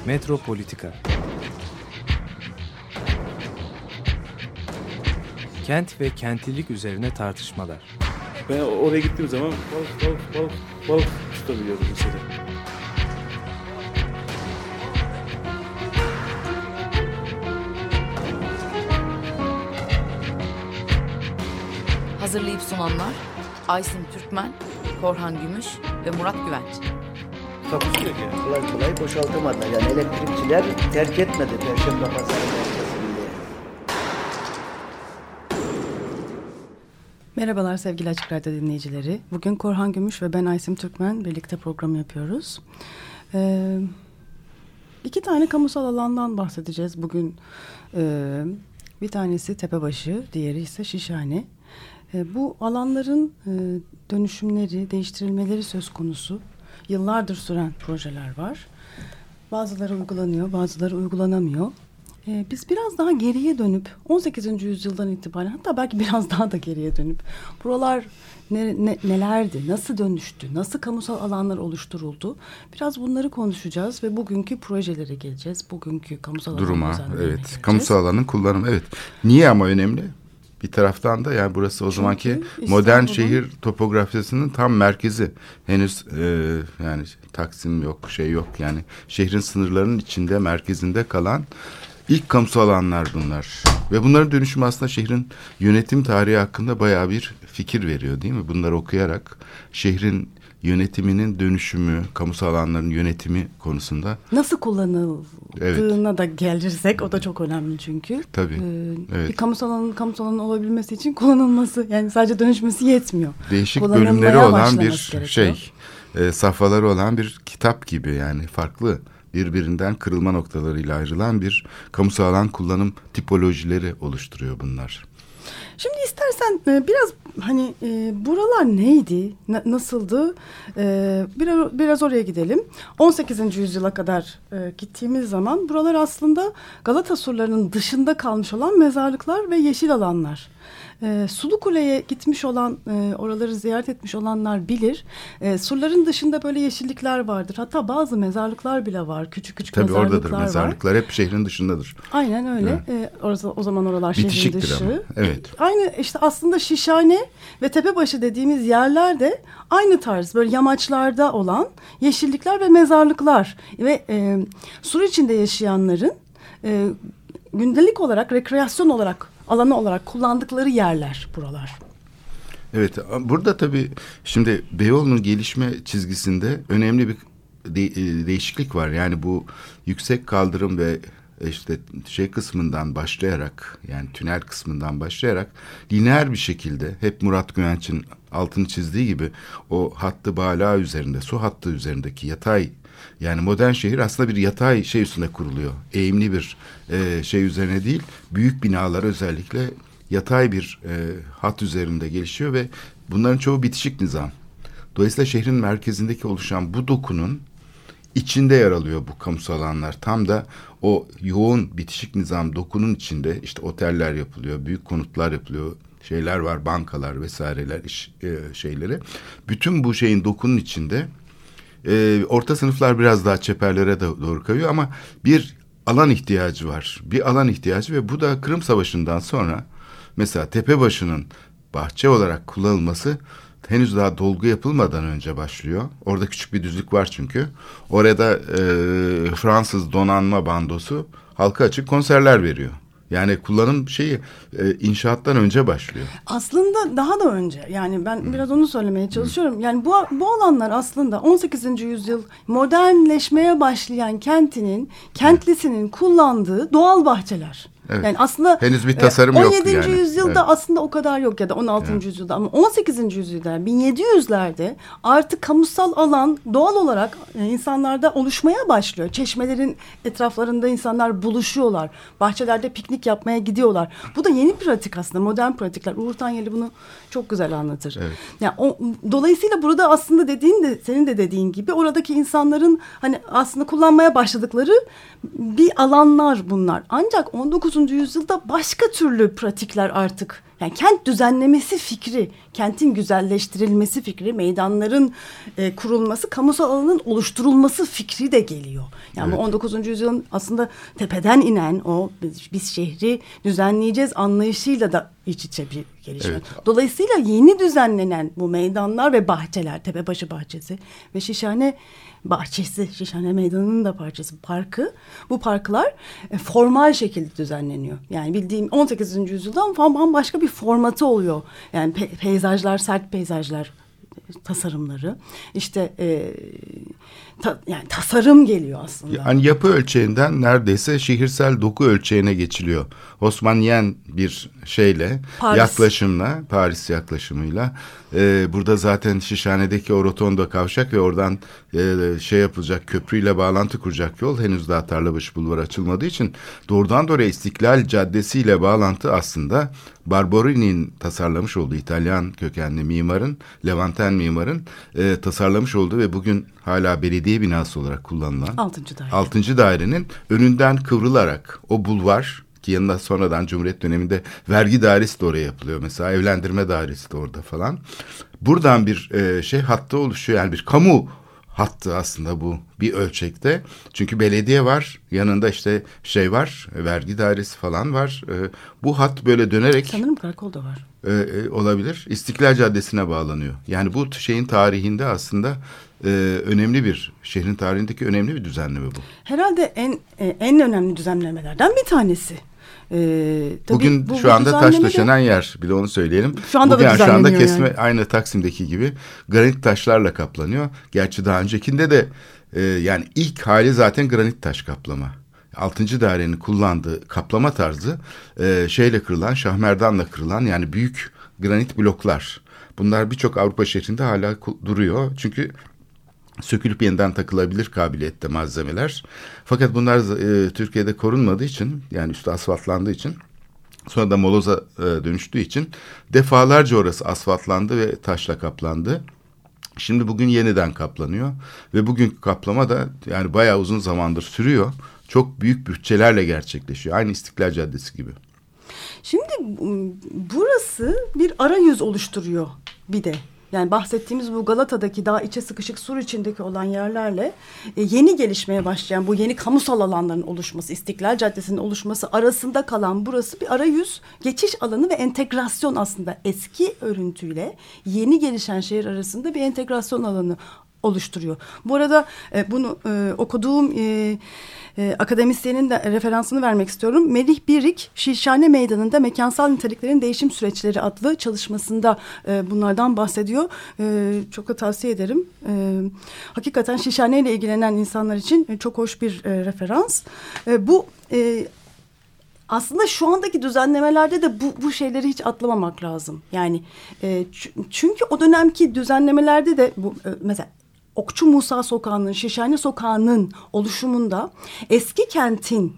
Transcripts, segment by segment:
Metropolitika. Kent ve kentlilik üzerine tartışmalar. Ben oraya gittiğim zaman balık tutabiliyordum mesela. Hazırlayıp sunanlar Aysim Türkmen, Korhan Gümüş ve Murat Güvenç. Takusu yok yani. Kolay kolay boşaltamadılar. Yani elektrikçiler terk etmedi Perşembe Pazarı merkezinde. Merhabalar sevgili Açık Radyo dinleyicileri. Bugün Korhan Gümüş ve ben Aysim Türkmen birlikte program yapıyoruz. İki tane kamusal alandan bahsedeceğiz bugün. Bir tanesi Tepebaşı, diğeri ise Şişhane. Bu alanların dönüşümleri, değiştirilmeleri söz konusu. Yıllardır süren projeler var. Bazıları uygulanıyor, bazıları uygulanamıyor. Biz biraz daha geriye dönüp 18. yüzyıldan itibaren, hatta belki biraz daha da geriye dönüp buralar nelerdi, nasıl dönüştü, nasıl kamusal alanlar oluşturuldu, biraz bunları konuşacağız ve bugünkü projelere geleceğiz. Bugünkü kamusal duruma, evet, geleceğiz. kamusal alanın kullanımı, evet. Niye ama önemli? Bir taraftan da yani burası o zamanki modern şehir topografyasının tam merkezi. Henüz yani Taksim yok, şey yok. Yani şehrin sınırlarının içinde, merkezinde kalan ilk kamusal alanlar bunlar. Ve bunların dönüşümü aslında şehrin yönetim tarihi hakkında bayağı bir fikir veriyor, değil mi? Bunları okuyarak şehrin yönetiminin dönüşümü, kamusal alanların yönetimi konusunda. Nasıl kullanıldığına da gelirsek o da çok önemli çünkü. Tabii. Evet. Bir kamusal alanın olabilmesi için kullanılması, yani sadece dönüşmesi yetmiyor. Değişik bölümleri olan bir safhaları olan bir kitap gibi, yani farklı birbirinden kırılma noktalarıyla ayrılan bir kamusal alan kullanım tipolojileri oluşturuyor bunlar. Şimdi istersen biraz hani buralar neydi, nasıldı? Biraz oraya gidelim. 18. yüzyıla kadar gittiğimiz zaman buralar aslında Galata surlarının dışında kalmış olan mezarlıklar ve yeşil alanlar. Sulukule'ye gitmiş olan, oraları ziyaret etmiş olanlar bilir. Surların dışında böyle yeşillikler vardır. Hatta bazı mezarlıklar bile var. Küçük küçük tabii mezarlıklar var. Tabii oradadır mezarlıklar. Hep şehrin dışındadır. Aynen öyle. Evet. O zaman oralar şehrin dışı. Ama. Evet. Aynı işte aslında Şişhane ve Tepebaşı dediğimiz yerler de aynı tarz. Böyle yamaçlarda olan yeşillikler ve mezarlıklar. Ve sur içinde yaşayanların gündelik olarak, rekreasyon olarak, alanı olarak kullandıkları yerler buralar. Evet, burada tabii şimdi Beyoğlu'nun gelişme çizgisinde önemli bir değişiklik var. Yani bu yüksek kaldırım ve işte şey kısmından başlayarak, yani tünel kısmından başlayarak lineer bir şekilde, hep Murat Güvenç'in altını çizdiği gibi o hattı bala üzerinde, su hattı üzerindeki yatay, yani modern şehir aslında bir yatay şey üstünde kuruluyor. Eğimli bir şey üzerine değil, büyük binalar özellikle yatay bir hat üzerinde gelişiyor ve bunların çoğu bitişik nizam. Dolayısıyla şehrin merkezindeki oluşan bu dokunun içinde yer alıyor bu kamusal alanlar. Tam da o yoğun bitişik nizam dokunun içinde işte oteller yapılıyor, büyük konutlar yapılıyor, şeyler var, bankalar vesaireler, şeyleri. Bütün bu şeyin dokunun içinde orta sınıflar biraz daha çeperlere doğru kayıyor ama bir alan ihtiyacı var. Bir alan ihtiyacı ve bu da Kırım Savaşı'ndan sonra mesela Tepebaşı'nın bahçe olarak kullanılması henüz daha dolgu yapılmadan önce başlıyor. Orada küçük bir düzlük var çünkü. Orada Fransız donanma bandosu halka açık konserler veriyor. Yani kullanım şeyi inşaattan önce başlıyor. Aslında daha da önce, yani ben biraz onu söylemeye çalışıyorum. Yani bu alanlar aslında 18. yüzyıl modernleşmeye başlayan kentlisinin kullandığı doğal bahçeler. Evet. Yani aslında henüz bir tasarım yok 17. yani. yüzyılda evet. Aslında o kadar yok ya da 16. Evet. yüzyılda ama 18. yüzyılda 1700'lerde artık kamusal alan doğal olarak insanlarda oluşmaya başlıyor. Çeşmelerin etraflarında insanlar buluşuyorlar. Bahçelerde piknik yapmaya gidiyorlar. Bu da yeni pratik aslında, modern pratikler. Uğur Tanyeli bunu çok güzel anlatır. Evet. Yani dolayısıyla burada aslında senin de dediğin gibi oradaki insanların hani aslında kullanmaya başladıkları bir alanlar bunlar. Ancak 19. yüzyılda başka türlü pratikler artık Yani kent düzenlemesi fikri, kentin güzelleştirilmesi fikri, meydanların kurulması, kamusal alanın oluşturulması fikri de geliyor. Yani bu 19. yüzyılın aslında tepeden inen o biz şehri düzenleyeceğiz anlayışıyla da iç içe bir gelişme. Evet. Dolayısıyla yeni düzenlenen bu meydanlar ve bahçeler, Tepebaşı Bahçesi ve Şişhane Bahçesi, Şişhane Meydanı'nın da parçası, parkı. Bu parklar formal şekilde düzenleniyor. Yani bildiğim 18. yüzyıldan bambaşka bir formatı oluyor. Yani peyzajlar, sert peyzajlar tasarımları. İşte yani tasarım geliyor aslında. Yani yapı ölçeğinden neredeyse şehirsel doku ölçeğine geçiliyor. Osmaniyen bir şeyle, yaklaşımla, Paris yaklaşımıyla. Burada zaten Şişhane'deki o rotonda kavşak ve oradan şey yapılacak, köprüyle bağlantı kuracak yol henüz daha Tarlabaşı Bulvarı açılmadığı için doğrudan doğruya İstiklal Caddesi ile bağlantı aslında Barberini'nin tasarlamış olduğu İtalyan kökenli mimarın, Levanten mimarın tasarlamış olduğu ve bugün hala belediye binası olarak kullanılan 6. dairenin önünden kıvrılarak o bulvar ki yanında sonradan Cumhuriyet döneminde vergi dairesi de oraya yapılıyor. Mesela evlendirme dairesi de orada falan. Buradan bir hattı oluşuyor. Yani bir kamu hattı aslında bu bir ölçekte. Çünkü belediye var. Yanında işte var. Vergi dairesi falan var. Bu hat böyle dönerek. Sanırım karakol da var. Olabilir. İstiklal Caddesi'ne bağlanıyor. Yani bu şeyin tarihinde aslında önemli bir, şehrin tarihindeki önemli bir düzenleme bu. Herhalde en önemli düzenlemelerden bir tanesi. Bugün şu anda taş döşenen yer, bir de onu söyleyelim. Şu anda kesme yani. Aynı Taksim'deki gibi granit taşlarla kaplanıyor. Gerçi daha öncekinde de yani ilk hali zaten granit taş kaplama. 6. dairenin kullandığı kaplama tarzı şeyle kırılan, şahmerdanla kırılan yani büyük granit bloklar. Bunlar birçok Avrupa şehrinde hala duruyor. Çünkü sökülüp yeniden takılabilir kabiliyette malzemeler. Fakat bunlar Türkiye'de korunmadığı için, yani üstü asfaltlandığı için, sonra da moloza dönüştüğü için defalarca orası asfaltlandı ve taşla kaplandı. Şimdi bugün yeniden kaplanıyor ve bugünkü kaplama da yani bayağı uzun zamandır sürüyor. Çok büyük bütçelerle gerçekleşiyor. Aynı İstiklal Caddesi gibi. Şimdi burası bir arayüz oluşturuyor bir de. Yani bahsettiğimiz bu Galata'daki daha içe sıkışık sur içindeki olan yerlerle yeni gelişmeye başlayan bu yeni kamusal alanların oluşması, İstiklal Caddesi'nin oluşması arasında kalan burası bir arayüz, geçiş alanı ve entegrasyon aslında eski örüntüyle yeni gelişen şehir arasında bir entegrasyon alanı oluşturuyor. Bu arada bunu okuduğum akademisyenin de referansını vermek istiyorum. Melih Birik, Şişhane Meydanı'nda Mekansal Niteliklerin Değişim Süreçleri adlı çalışmasında bunlardan bahsediyor. Çok da tavsiye ederim. Hakikaten Şişhane ile ilgilenen insanlar için çok hoş bir referans. Bu aslında şu andaki düzenlemelerde de bu şeyleri hiç atlamamak lazım. Yani çünkü o dönemki düzenlemelerde de bu mesela Okçu Musa Sokağı'nın, Şişhane Sokağı'nın oluşumunda eski kentin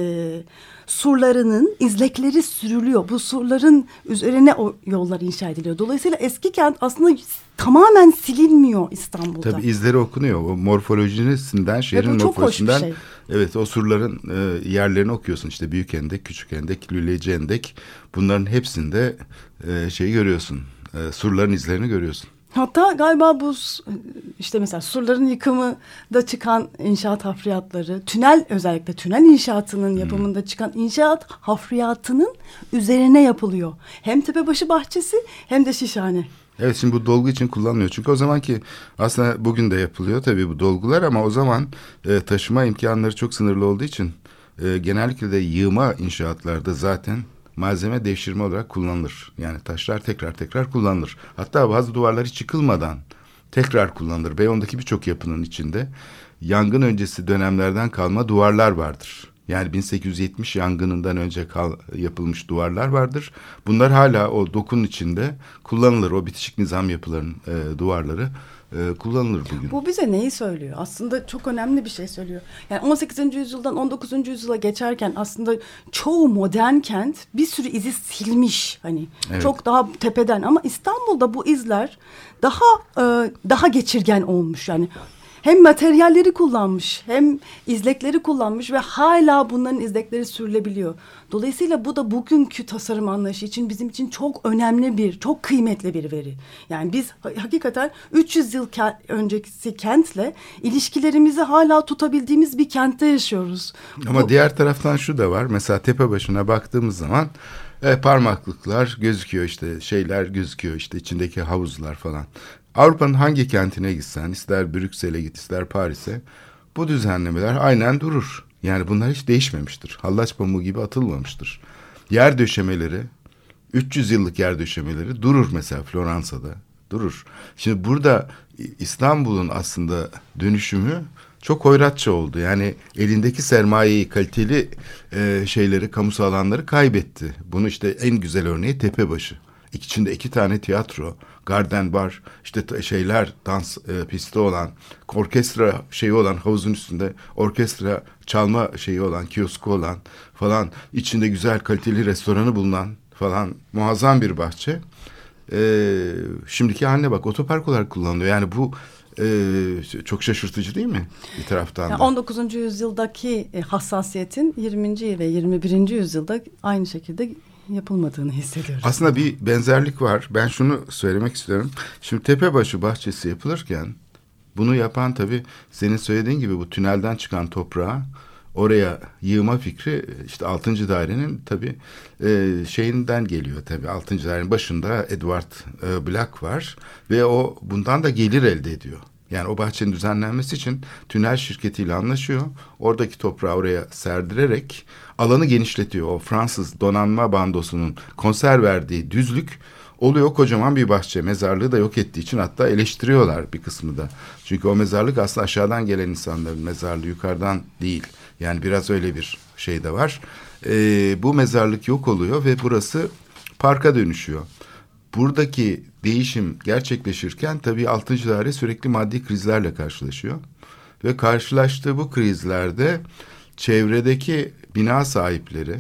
surlarının izlekleri sürülüyor. Bu surların üzerine o yollar inşa ediliyor. Dolayısıyla eski kent aslında tamamen silinmiyor İstanbul'da. Tabii izleri okunuyor. O morfolojisinden, şehrin morfolojisinden. Şey. Evet, o surların yerlerini okuyorsun. İşte Büyük Hendek, Küçük Hendek, Lüleci Hendek. Bunların hepsinde görüyorsun. Surların izlerini görüyorsun. Hatta galiba bu işte mesela surların yıkımında çıkan inşaat hafriyatları, özellikle tünel inşaatının yapımında çıkan inşaat hafriyatının üzerine yapılıyor. Hem Tepebaşı Bahçesi hem de Şişhane. Evet, şimdi bu dolgu için kullanılıyor. Çünkü o zamanki aslında bugün de yapılıyor tabii bu dolgular ama o zaman taşıma imkanları çok sınırlı olduğu için genellikle de yığma inşaatlarda zaten malzeme devşirme olarak kullanılır. Yani taşlar tekrar kullanılır. Hatta bazı duvarlar hiç yıkılmadan tekrar kullanılır. Beyoğlu'ndaki birçok yapının içinde yangın öncesi dönemlerden kalma duvarlar vardır. Yani 1870 yangınından önce yapılmış duvarlar vardır. Bunlar hala o dokunun içinde kullanılır. O bitişik nizam yapıların duvarları kullanılır bugün. Bu bize neyi söylüyor? Aslında çok önemli bir şey söylüyor. Yani 18. yüzyıldan 19. yüzyıla geçerken aslında çoğu modern kent bir sürü izi silmiş. Hani evet. Çok daha tepeden ama İstanbul'da bu izler daha geçirgen olmuş. Yani hem materyalleri kullanmış hem izlekleri kullanmış ve hala bunların izlekleri sürülebiliyor. Dolayısıyla bu da bugünkü tasarım anlayışı için bizim için çok önemli çok kıymetli bir veri. Yani biz hakikaten 300 yıl öncesi kentle ilişkilerimizi hala tutabildiğimiz bir kentte yaşıyoruz. Ama diğer taraftan şu da var. Mesela Tepebaşı'na baktığımız zaman parmaklıklar gözüküyor, işte şeyler gözüküyor, işte içindeki havuzlar falan. Avrupa'nın hangi kentine gitsen, ister Brüksel'e git, ister Paris'e, bu düzenlemeler aynen durur. Yani bunlar hiç değişmemiştir. Hallaç pamuğu gibi atılmamıştır. Yer döşemeleri, 300 yıllık yer döşemeleri durur mesela Floransa'da. Durur. Şimdi burada İstanbul'un aslında dönüşümü çok hoyratça oldu. Yani elindeki sermayeyi, kaliteli şeyleri, kamusal alanları kaybetti. Bunu işte en güzel örneği Tepebaşı. İçinde 2 tane tiyatro, garden bar, işte şeyler, dans pisti olan, orkestra şeyi olan, havuzun üstünde orkestra çalma şeyi olan, kiosku olan falan, içinde güzel kaliteli restoranı bulunan falan muazzam bir bahçe. Şimdiki haline bak, otopark olarak kullanılıyor. Yani bu çok şaşırtıcı değil mi bir taraftan da? 19. yüzyıldaki hassasiyetin 20. ve 21. yüzyılda aynı şekilde yapılmadığını hissediyoruz. Aslında bir benzerlik var. Ben şunu söylemek istiyorum. Şimdi Tepebaşı bahçesi yapılırken bunu yapan, tabii senin söylediğin gibi, bu tünelden çıkan toprağı oraya yığma fikri işte 6. dairenin tabii şeyinden geliyor tabii. 6. dairenin başında Edward Black var ve o bundan da gelir elde ediyor. Yani o bahçenin düzenlenmesi için tünel şirketiyle anlaşıyor. Oradaki toprağı oraya serdirerek alanı genişletiyor. O Fransız donanma bandosunun konser verdiği düzlük oluyor kocaman bir bahçe. Mezarlığı da yok ettiği için hatta eleştiriyorlar bir kısmı da. Çünkü o mezarlık aslında aşağıdan gelen insanların mezarlığı, yukarıdan değil. Yani biraz öyle bir şey de var. Bu mezarlık yok oluyor ve burası parka dönüşüyor. Buradaki değişim gerçekleşirken tabii 6. daire sürekli maddi krizlerle karşılaşıyor. Ve karşılaştığı bu krizlerde çevredeki bina sahipleri,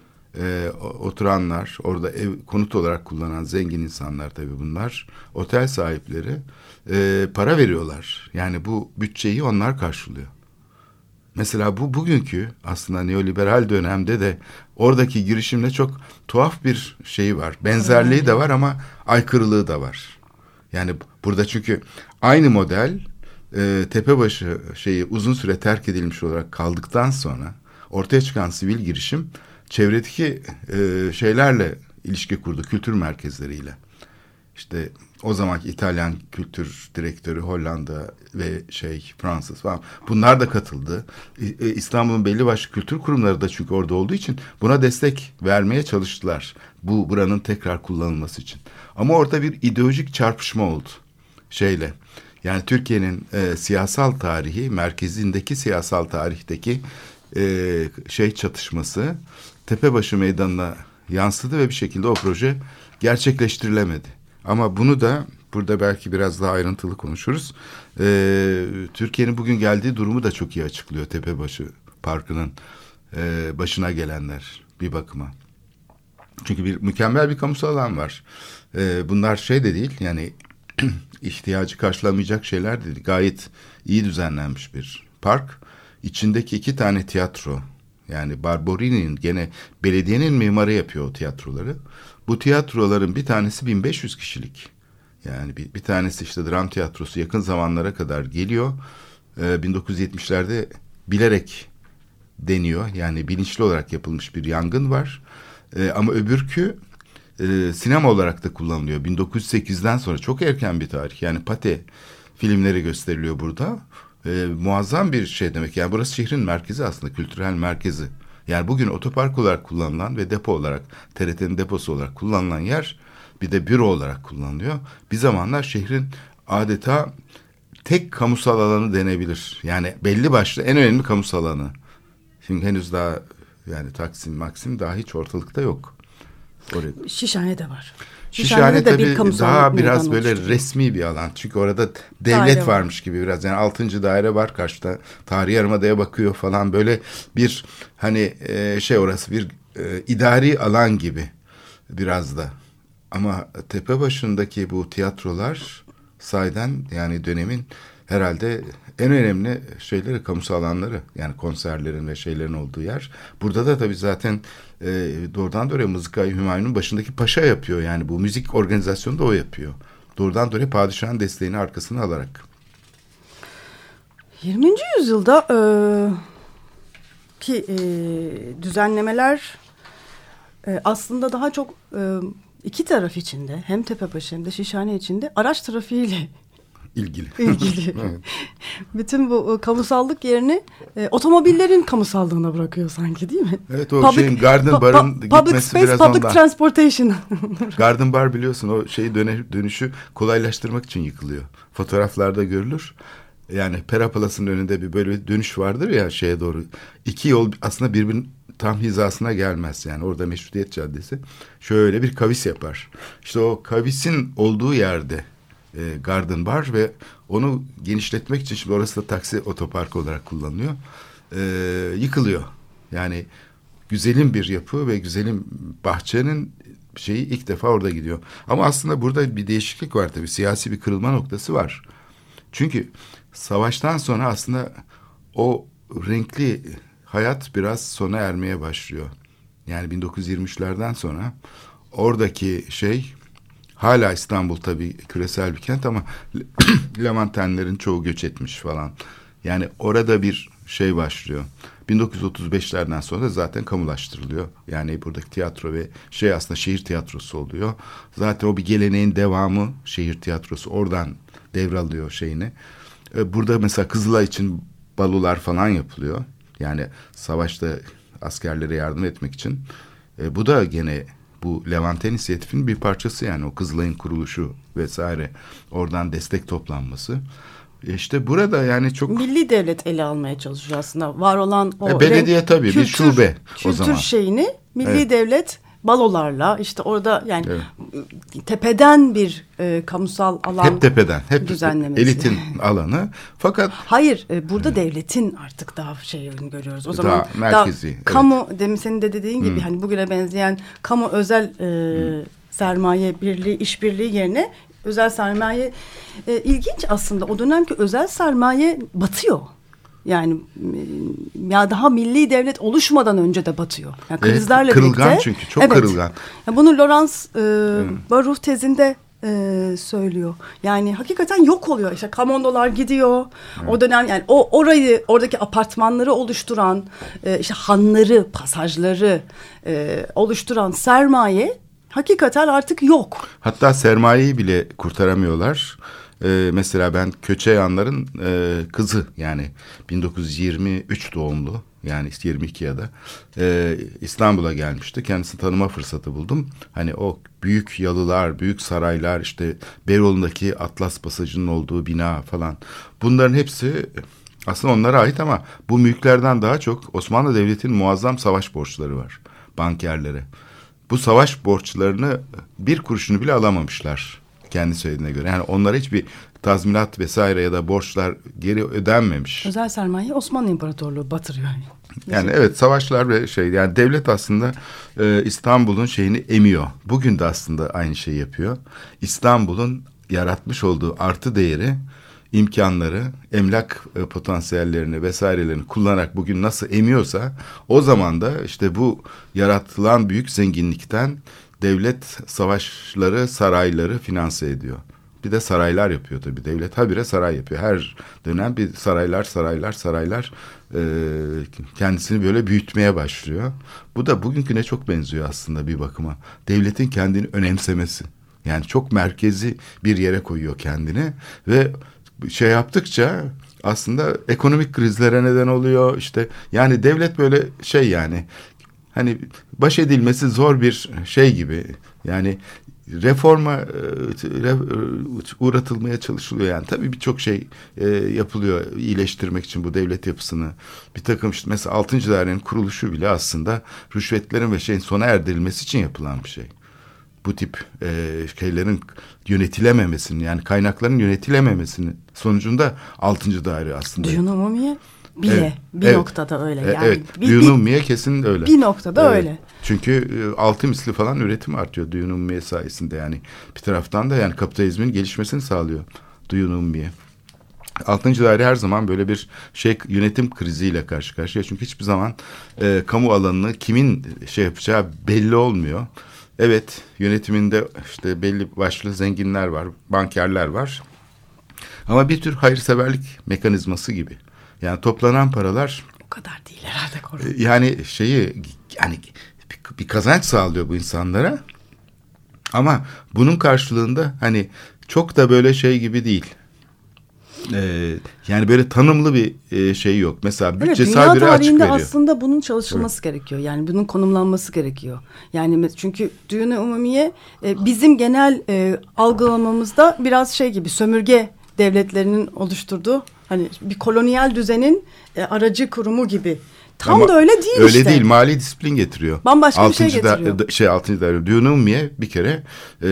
oturanlar, orada ev konut olarak kullanan zengin insanlar tabii bunlar, otel sahipleri para veriyorlar. Yani bu bütçeyi onlar karşılıyor. Mesela bu bugünkü aslında neoliberal dönemde de oradaki girişimle çok tuhaf bir şey var. Benzerliği de var ama aykırılığı da var. Yani burada çünkü aynı model Tepebaşı şeyi uzun süre terk edilmiş olarak kaldıktan sonra ortaya çıkan sivil girişim çevredeki şeylerle ilişki kurdu, kültür merkezleriyle. İşte o zamanki İtalyan kültür direktörü, Hollanda ve Fransız falan, bunlar da katıldı. İstanbul'un belli başlı kültür kurumları da çünkü orada olduğu için buna destek vermeye çalıştılar. Buranın tekrar kullanılması için. Ama orada bir ideolojik çarpışma oldu yani Türkiye'nin siyasal tarihi, merkezindeki siyasal tarihteki çatışması Tepebaşı meydanına yansıdı ve bir şekilde o proje gerçekleştirilemedi. Ama bunu da burada belki biraz daha ayrıntılı konuşuruz. Türkiye'nin bugün geldiği durumu da çok iyi açıklıyor Tepebaşı Parkı'nın başına gelenler bir bakıma. Çünkü mükemmel bir kamusal alan var. Bunlar de değil, yani ihtiyacı karşılamayacak şeyler değil. Gayet iyi düzenlenmiş bir park. İçindeki 2 tane tiyatro, yani Barberini'nin, gene belediyenin mimarı yapıyor o tiyatroları. Bu tiyatroların bir tanesi 1500 kişilik. Yani bir tanesi işte dram tiyatrosu yakın zamanlara kadar geliyor. 1970'lerde bilerek deniyor. Yani bilinçli olarak yapılmış bir yangın var. Ama öbürkü sinema olarak da kullanılıyor. 1908'den sonra çok erken bir tarih. Yani Pate filmleri gösteriliyor burada. Muazzam bir şey demek. Yani burası şehrin merkezi aslında, kültürel merkezi. Yani bugün otopark olarak kullanılan ve depo olarak, TRT'nin deposu olarak kullanılan yer bir de büro olarak kullanılıyor. Bir zamanlar şehrin adeta tek kamusal alanı denebilir. Yani belli başlı en önemli kamusal alanı. Şimdi henüz daha yani Taksim daha hiç ortalıkta yok. Orada. Şişhane de var. Şişhane de tabii daha biraz böyle oluşturuyor. Resmi bir alan. Çünkü orada devlet Daire varmış gibi biraz. Yani 6. daire var karşıda. Tarihi Yarımada'ya bakıyor falan. Böyle bir hani orası bir idari alan gibi biraz da. Ama Tepebaşı'ndaki bu tiyatrolar sahiden yani dönemin herhalde en önemli şeyleri, kamusal alanları, yani konserlerin ve şeylerin olduğu yer. Burada da tabii zaten doğrudan doğruya mızıkayı Hümayun'un başındaki paşa yapıyor. Yani bu müzik organizasyonu da o yapıyor. Doğrudan doğruya padişahın desteğini arkasına alarak. 20. yüzyılda düzenlemeler aslında daha çok iki taraf içinde, hem Tepebaşı hem de Şişhane içinde araç trafiğiyle ilgili. Evet. Bütün bu kamusallık yerini otomobillerin kamusallığına bırakıyor sanki, değil mi? Evet, o şeyin Garden Bar'ın public gitmesi space, biraz public ondan. transportation. Garden Bar biliyorsun, o şeyi dönüşü kolaylaştırmak için yıkılıyor. Fotoğraflarda görülür. Yani Pera Palas'ın önünde bir böyle bir dönüş vardır ya şeye doğru. İki yol aslında birbirinin tam hizasına gelmez. Yani orada Meşrutiyet Caddesi şöyle bir kavis yapar. İşte o kavisin olduğu yerde Garden Bar ve onu genişletmek için şimdi orası da taksi otoparkı olarak kullanılıyor. Yıkılıyor. Yani güzelim bir yapı ve güzelim bahçenin şeyi ilk defa orada gidiyor. Ama aslında burada bir değişiklik var tabii. Siyasi bir kırılma noktası var. Çünkü savaştan sonra aslında o renkli hayat biraz sona ermeye başlıyor. Yani 1923'lerden sonra oradaki şey, hala İstanbul tabii küresel bir kent ama Levantenlerin çoğu göç etmiş falan. Yani orada bir şey başlıyor. 1935'lerden sonra da zaten kamulaştırılıyor. Yani buradaki tiyatro ve şey aslında şehir tiyatrosu oluyor. Zaten o bir geleneğin devamı, şehir tiyatrosu oradan devralıyor şeyini. Burada mesela Kızılay için balolar falan yapılıyor. Yani savaşta askerlere yardım etmek için. Bu da gene bu Levanten inisiyatifinin bir parçası, yani o Kızılay'ın kuruluşu vesaire, oradan destek toplanması. İşte burada yani çok... Milli devlet ele almaya çalışıyor aslında. Var olan o belediye tabii bir şube o zaman. Kültür şeyini milli Evet. devlet balolarla, işte orada yani Evet. tepeden bir kamusal alan, Hep tepeden, hep düzenlemesi. elitin alanı. Fakat hayır, burada devletin artık daha şeyini görüyoruz. O Daha zaman merkezi, evet. kamu, demin senin de dediğin gibi hani bugüne benzeyen kamu özel sermaye birliği, işbirliği yerine özel sermaye ilginç aslında. O dönemki özel sermaye batıyor. Yani ya daha milli devlet oluşmadan önce de batıyor. Yani krizlerle kırılgan birlikte. çünkü çok kırılgan. Yani bunu Lawrence Baruch tezinde söylüyor. Yani hakikaten yok oluyor. İşte komandolar gidiyor. O dönem yani orayı, oradaki apartmanları oluşturan, işte hanları, pasajları oluşturan sermaye hakikaten artık yok. hatta sermayeyi bile kurtaramıyorlar. Mesela ben Köçeyanların kızı, yani 1923 doğumlu, yani 22 ya da İstanbul'a gelmişti. Kendisini tanıma fırsatı buldum. Hani o büyük yalılar, büyük saraylar, işte Beyoğlu'ndaki Atlas Pasajı'nın olduğu bina falan. Bunların hepsi aslında onlara ait ama bu mülklerden daha çok Osmanlı Devleti'nin muazzam savaş borçları var bankerlere. Bu savaş borçlarını bir kuruşunu bile alamamışlar kendi söylediğine göre. Yani onlara hiçbir tazminat vesaire ya da borçlar geri ödenmemiş. Özel sermaye Osmanlı İmparatorluğu batırıyor. Yani evet, savaşlar ve yani devlet aslında İstanbul'un şeyini emiyor. Bugün de aslında aynı şeyi yapıyor. İstanbul'un yaratmış olduğu artı değeri, imkanları, emlak potansiyellerini vesairelerini kullanarak bugün nasıl emiyorsa, o zaman da işte bu yaratılan büyük zenginlikten devlet savaşları, sarayları finanse ediyor. Bir de saraylar yapıyor tabii devlet. Habire saray yapıyor. Her dönem bir saraylar kendisini böyle büyütmeye başlıyor. Bu da bugünküne çok benziyor aslında bir bakıma. Devletin kendini önemsemesi. Yani çok merkezi bir yere koyuyor kendini ve şey yaptıkça aslında ekonomik krizlere neden oluyor. İşte yani devlet böyle şey, yani hani baş edilmesi zor bir şey gibi. Yani reforma uğratılmaya çalışılıyor. Yani tabii birçok şey yapılıyor iyileştirmek için bu devlet yapısını. Bir takım işte mesela 6. dairenin kuruluşu bile aslında rüşvetlerin ve şeyin sona erdirilmesi için yapılan bir şey. Bu tip şeylerin yönetilememesinin, yani kaynakların yönetilememesinin sonucunda 6. daire aslında. Duyunumiye bile Evet, bir evet. noktada öyle yani. Evet, Duyunumiye kesin öyle. Bir noktada öyle. Çünkü 6 misli falan üretim artıyor Duyunumiye sayesinde, yani bir taraftan da yani kapitalizmin gelişmesini sağlıyor Duyunumiye. 6. daire her zaman böyle bir yönetim kriziyle karşı karşıya. Çünkü hiçbir zaman kamu alanını kimin yapacağı belli olmuyor. Evet, yönetiminde işte belli başlı zenginler var, bankerler var. Ama bir tür hayırseverlik mekanizması gibi. Yani toplanan paralar O kadar değil herhalde Korhan. yani bir kazanç sağlıyor bu insanlara. Ama bunun karşılığında hani çok da böyle gibi değil. Yani böyle tanımlı bir şey yok. Mesela bütçesi dünya habire açık tarihinde veriyor. aslında bunun çalışılması gerekiyor. Yani bunun konumlanması gerekiyor. Yani çünkü düğün-i umumiye bizim genel algılamamızda biraz gibi sömürge devletlerinin oluşturduğu hani bir kolonyal düzenin aracı kurumu gibi. Tam Ama da öyle değil öyle işte. Öyle değil. Mali disiplin getiriyor. Bambaşka bir şey getiriyor. 6. daire düğün-i umumiye bir kere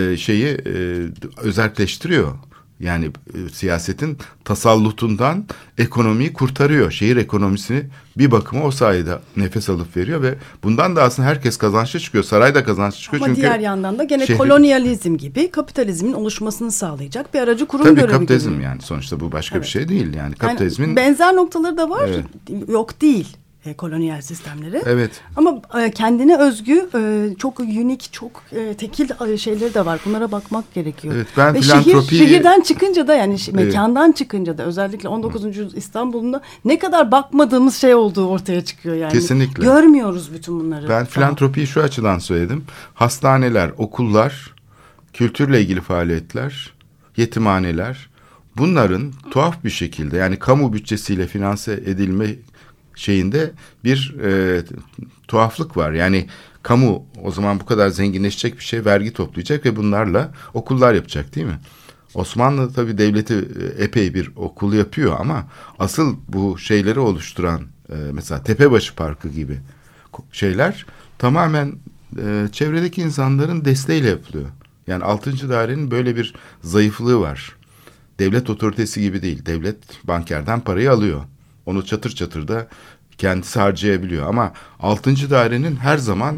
özelleştiriyor. Yani siyasetin tasallutundan ekonomiyi kurtarıyor. Şehir ekonomisini bir bakıma o sayede nefes alıp veriyor ve bundan da aslında herkes kazançlı çıkıyor. Saray da kazançlı çıkıyor. Ama çünkü diğer yandan da gene kolonyalizm gibi kapitalizmin oluşmasını sağlayacak bir aracı kurum görevi. Tabii kapitalizm gibi. yani sonuçta bu başka bir şey değil. Yani kapitalizmin benzer noktaları da var. Evet. Yok değil. Kolonyal sistemleri. Evet. Ama kendine özgü çok unik, çok tekil şeyleri de var. Bunlara bakmak gerekiyor. Evet, ben ve şehirden çıkınca da yani mekandan çıkınca da özellikle 19. yüzyıl İstanbul'unda ne kadar bakmadığımız şey olduğu ortaya çıkıyor yani. Kesinlikle. Görmüyoruz bütün bunları. Ben filantropiyi şu açıdan söyledim. Hastaneler, okullar, kültürle ilgili faaliyetler, yetimhaneler, bunların tuhaf bir şekilde yani kamu bütçesiyle finanse edilme şeyinde bir tuhaflık var. Yani kamu o zaman bu kadar zenginleşecek bir şey vergi toplayacak ve bunlarla okullar yapacak değil mi? Osmanlı tabii devleti epey bir okul yapıyor ama asıl bu şeyleri oluşturan mesela Tepebaşı Parkı gibi şeyler tamamen çevredeki insanların desteğiyle yapılıyor. Yani 6. dairenin böyle bir zayıflığı var. Devlet otoritesi gibi değil. Devlet bankerden parayı alıyor. Onu çatır çatır da kendisi harcayabiliyor. Ama 6. dairenin her zaman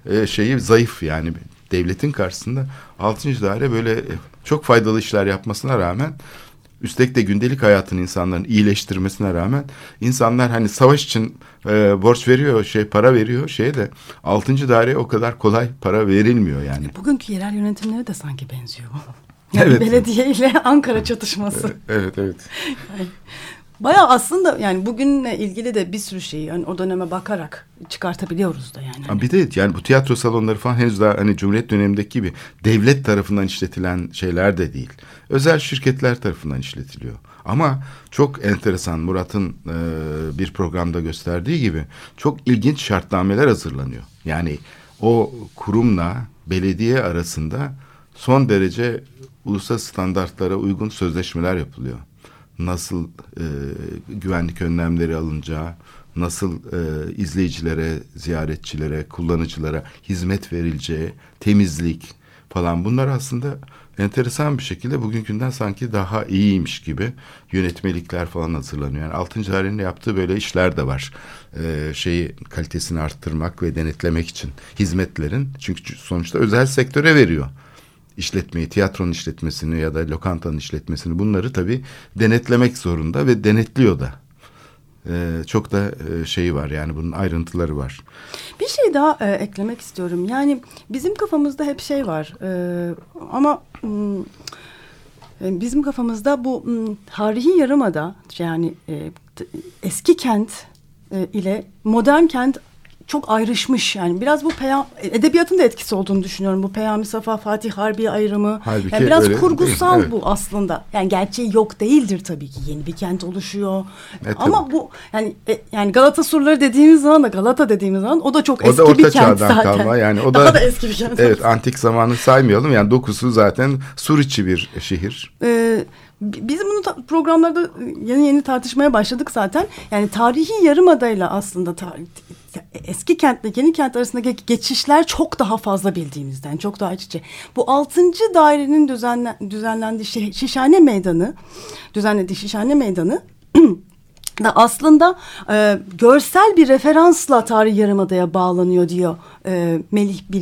zayıf yani. Devletin karşısında 6. daire böyle çok faydalı işler yapmasına rağmen üstelik de gündelik hayatın insanların iyileştirmesine rağmen insanlar hani savaş için borç veriyor, para veriyor de 6. daireye o kadar kolay para verilmiyor yani. Bugünkü yerel yönetimlere de sanki benziyor. Yani evet. Belediye ile Ankara çatışması. Evet. Yani, bayağı aslında yani bugünle ilgili de bir sürü şeyi yani o döneme bakarak çıkartabiliyoruz da yani. Bir de yani bu tiyatro salonları falan henüz daha hani Cumhuriyet dönemindeki gibi devlet tarafından işletilen şeyler de değil. Özel şirketler tarafından işletiliyor. Ama çok enteresan Murat'ın bir programda gösterdiği gibi çok ilginç şartnameler hazırlanıyor. Yani o kurumla belediye arasında son derece uluslararası standartlara uygun sözleşmeler yapılıyor. Nasıl güvenlik önlemleri alınacağı, nasıl izleyicilere, ziyaretçilere, kullanıcılara hizmet verileceği, temizlik falan bunlar aslında enteresan bir şekilde bugünkünden sanki daha iyiymiş gibi yönetmelikler falan hazırlanıyor. Yani 6. dairenin yaptığı böyle işler de var. Kalitesini arttırmak ve denetlemek için hizmetlerin. Çünkü sonuçta özel sektöre veriyor. İşletmeyi, tiyatronun işletmesini ya da lokantanın işletmesini bunları tabii denetlemek zorunda ve denetliyor da. Çok da var yani bunun ayrıntıları var. Bir şey daha eklemek istiyorum. Yani bizim kafamızda hep var ama bizim kafamızda bu tarihi yarımada yani eski kent ile modern kent çok ayrışmış yani biraz bu edebiyatın da etkisi olduğunu düşünüyorum bu Peyami Safa Fatih Harbiye ayrımı yani biraz kurgusal değil, evet. Bu aslında yani gerçeği yok değildir tabii ki yeni bir kent oluşuyor ama tabii. Bu yani Galata surları dediğimiz zaman da Galata dediğimiz zaman o da çok eski bir kent zaten kalma. Yani o daha da eski bir kent evet antik zamanı saymayalım yani dokusu zaten sur içi bir şehir. Biz bunu programlarda yeni tartışmaya başladık zaten. Yani tarihi yarımadayla aslında eski kentle yeni kent arasındaki geçişler çok daha fazla bildiğimizden, çok daha iç içe. Bu 6. dairenin düzenlendiği Şişhane Meydanı, düzenlediği Şişhane Meydanı da aslında görsel bir referansla tarihi yarımadaya bağlanıyor diyor Melih Birik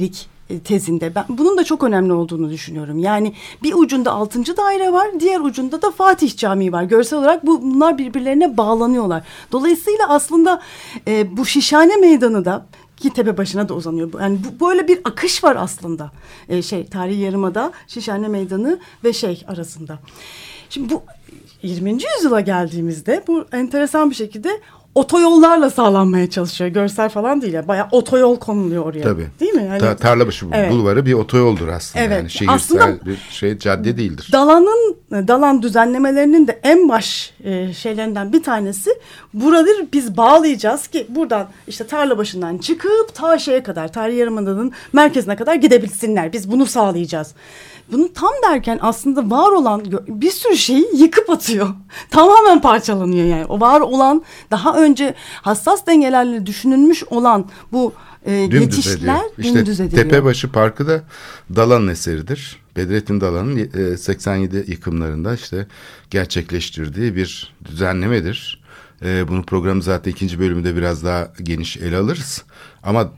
tezinde ben bunun da çok önemli olduğunu düşünüyorum. Yani bir ucunda 6. daire var, diğer ucunda da Fatih Camii var. Görsel olarak bunlar birbirlerine bağlanıyorlar. Dolayısıyla aslında bu Şişhane Meydanı da ki Tepebaşı'na da uzanıyor. Yani böyle bir akış var aslında. Tarihi Yarımada, Şişhane Meydanı ve arasında. Şimdi bu 20. yüzyıla geldiğimizde bu enteresan bir şekilde otoyollarla sağlanmaya çalışıyor. Görsel falan değil ya. Bayağı otoyol konuluyor oraya. Tabii. Değil mi? Yani, Tarlabaşı bulvarı bir otoyoldur aslında. Evet. Yani şehirsel Aslında bir cadde değildir. Dalan düzenlemelerinin de en baş şeylerinden bir tanesi buraları biz bağlayacağız ki buradan işte Tarlabaşı'ndan çıkıp ta şeye kadar, Tarihi Yarımada'nın merkezine kadar gidebilsinler. Biz bunu sağlayacağız. Bunu tam derken aslında var olan bir sürü şeyi yıkıp atıyor. Tamamen parçalanıyor yani. O var olan, daha önce hassas dengelerle düşünülmüş olan bu geçişler dümdüz ediliyor. Tepebaşı Parkı da Dalan'ın eseridir. Bedrettin Dalan'ın 87 yıkımlarında gerçekleştirdiği bir düzenlemedir. Bunu programı zaten 2. bölümde biraz daha geniş ele alırız. Ama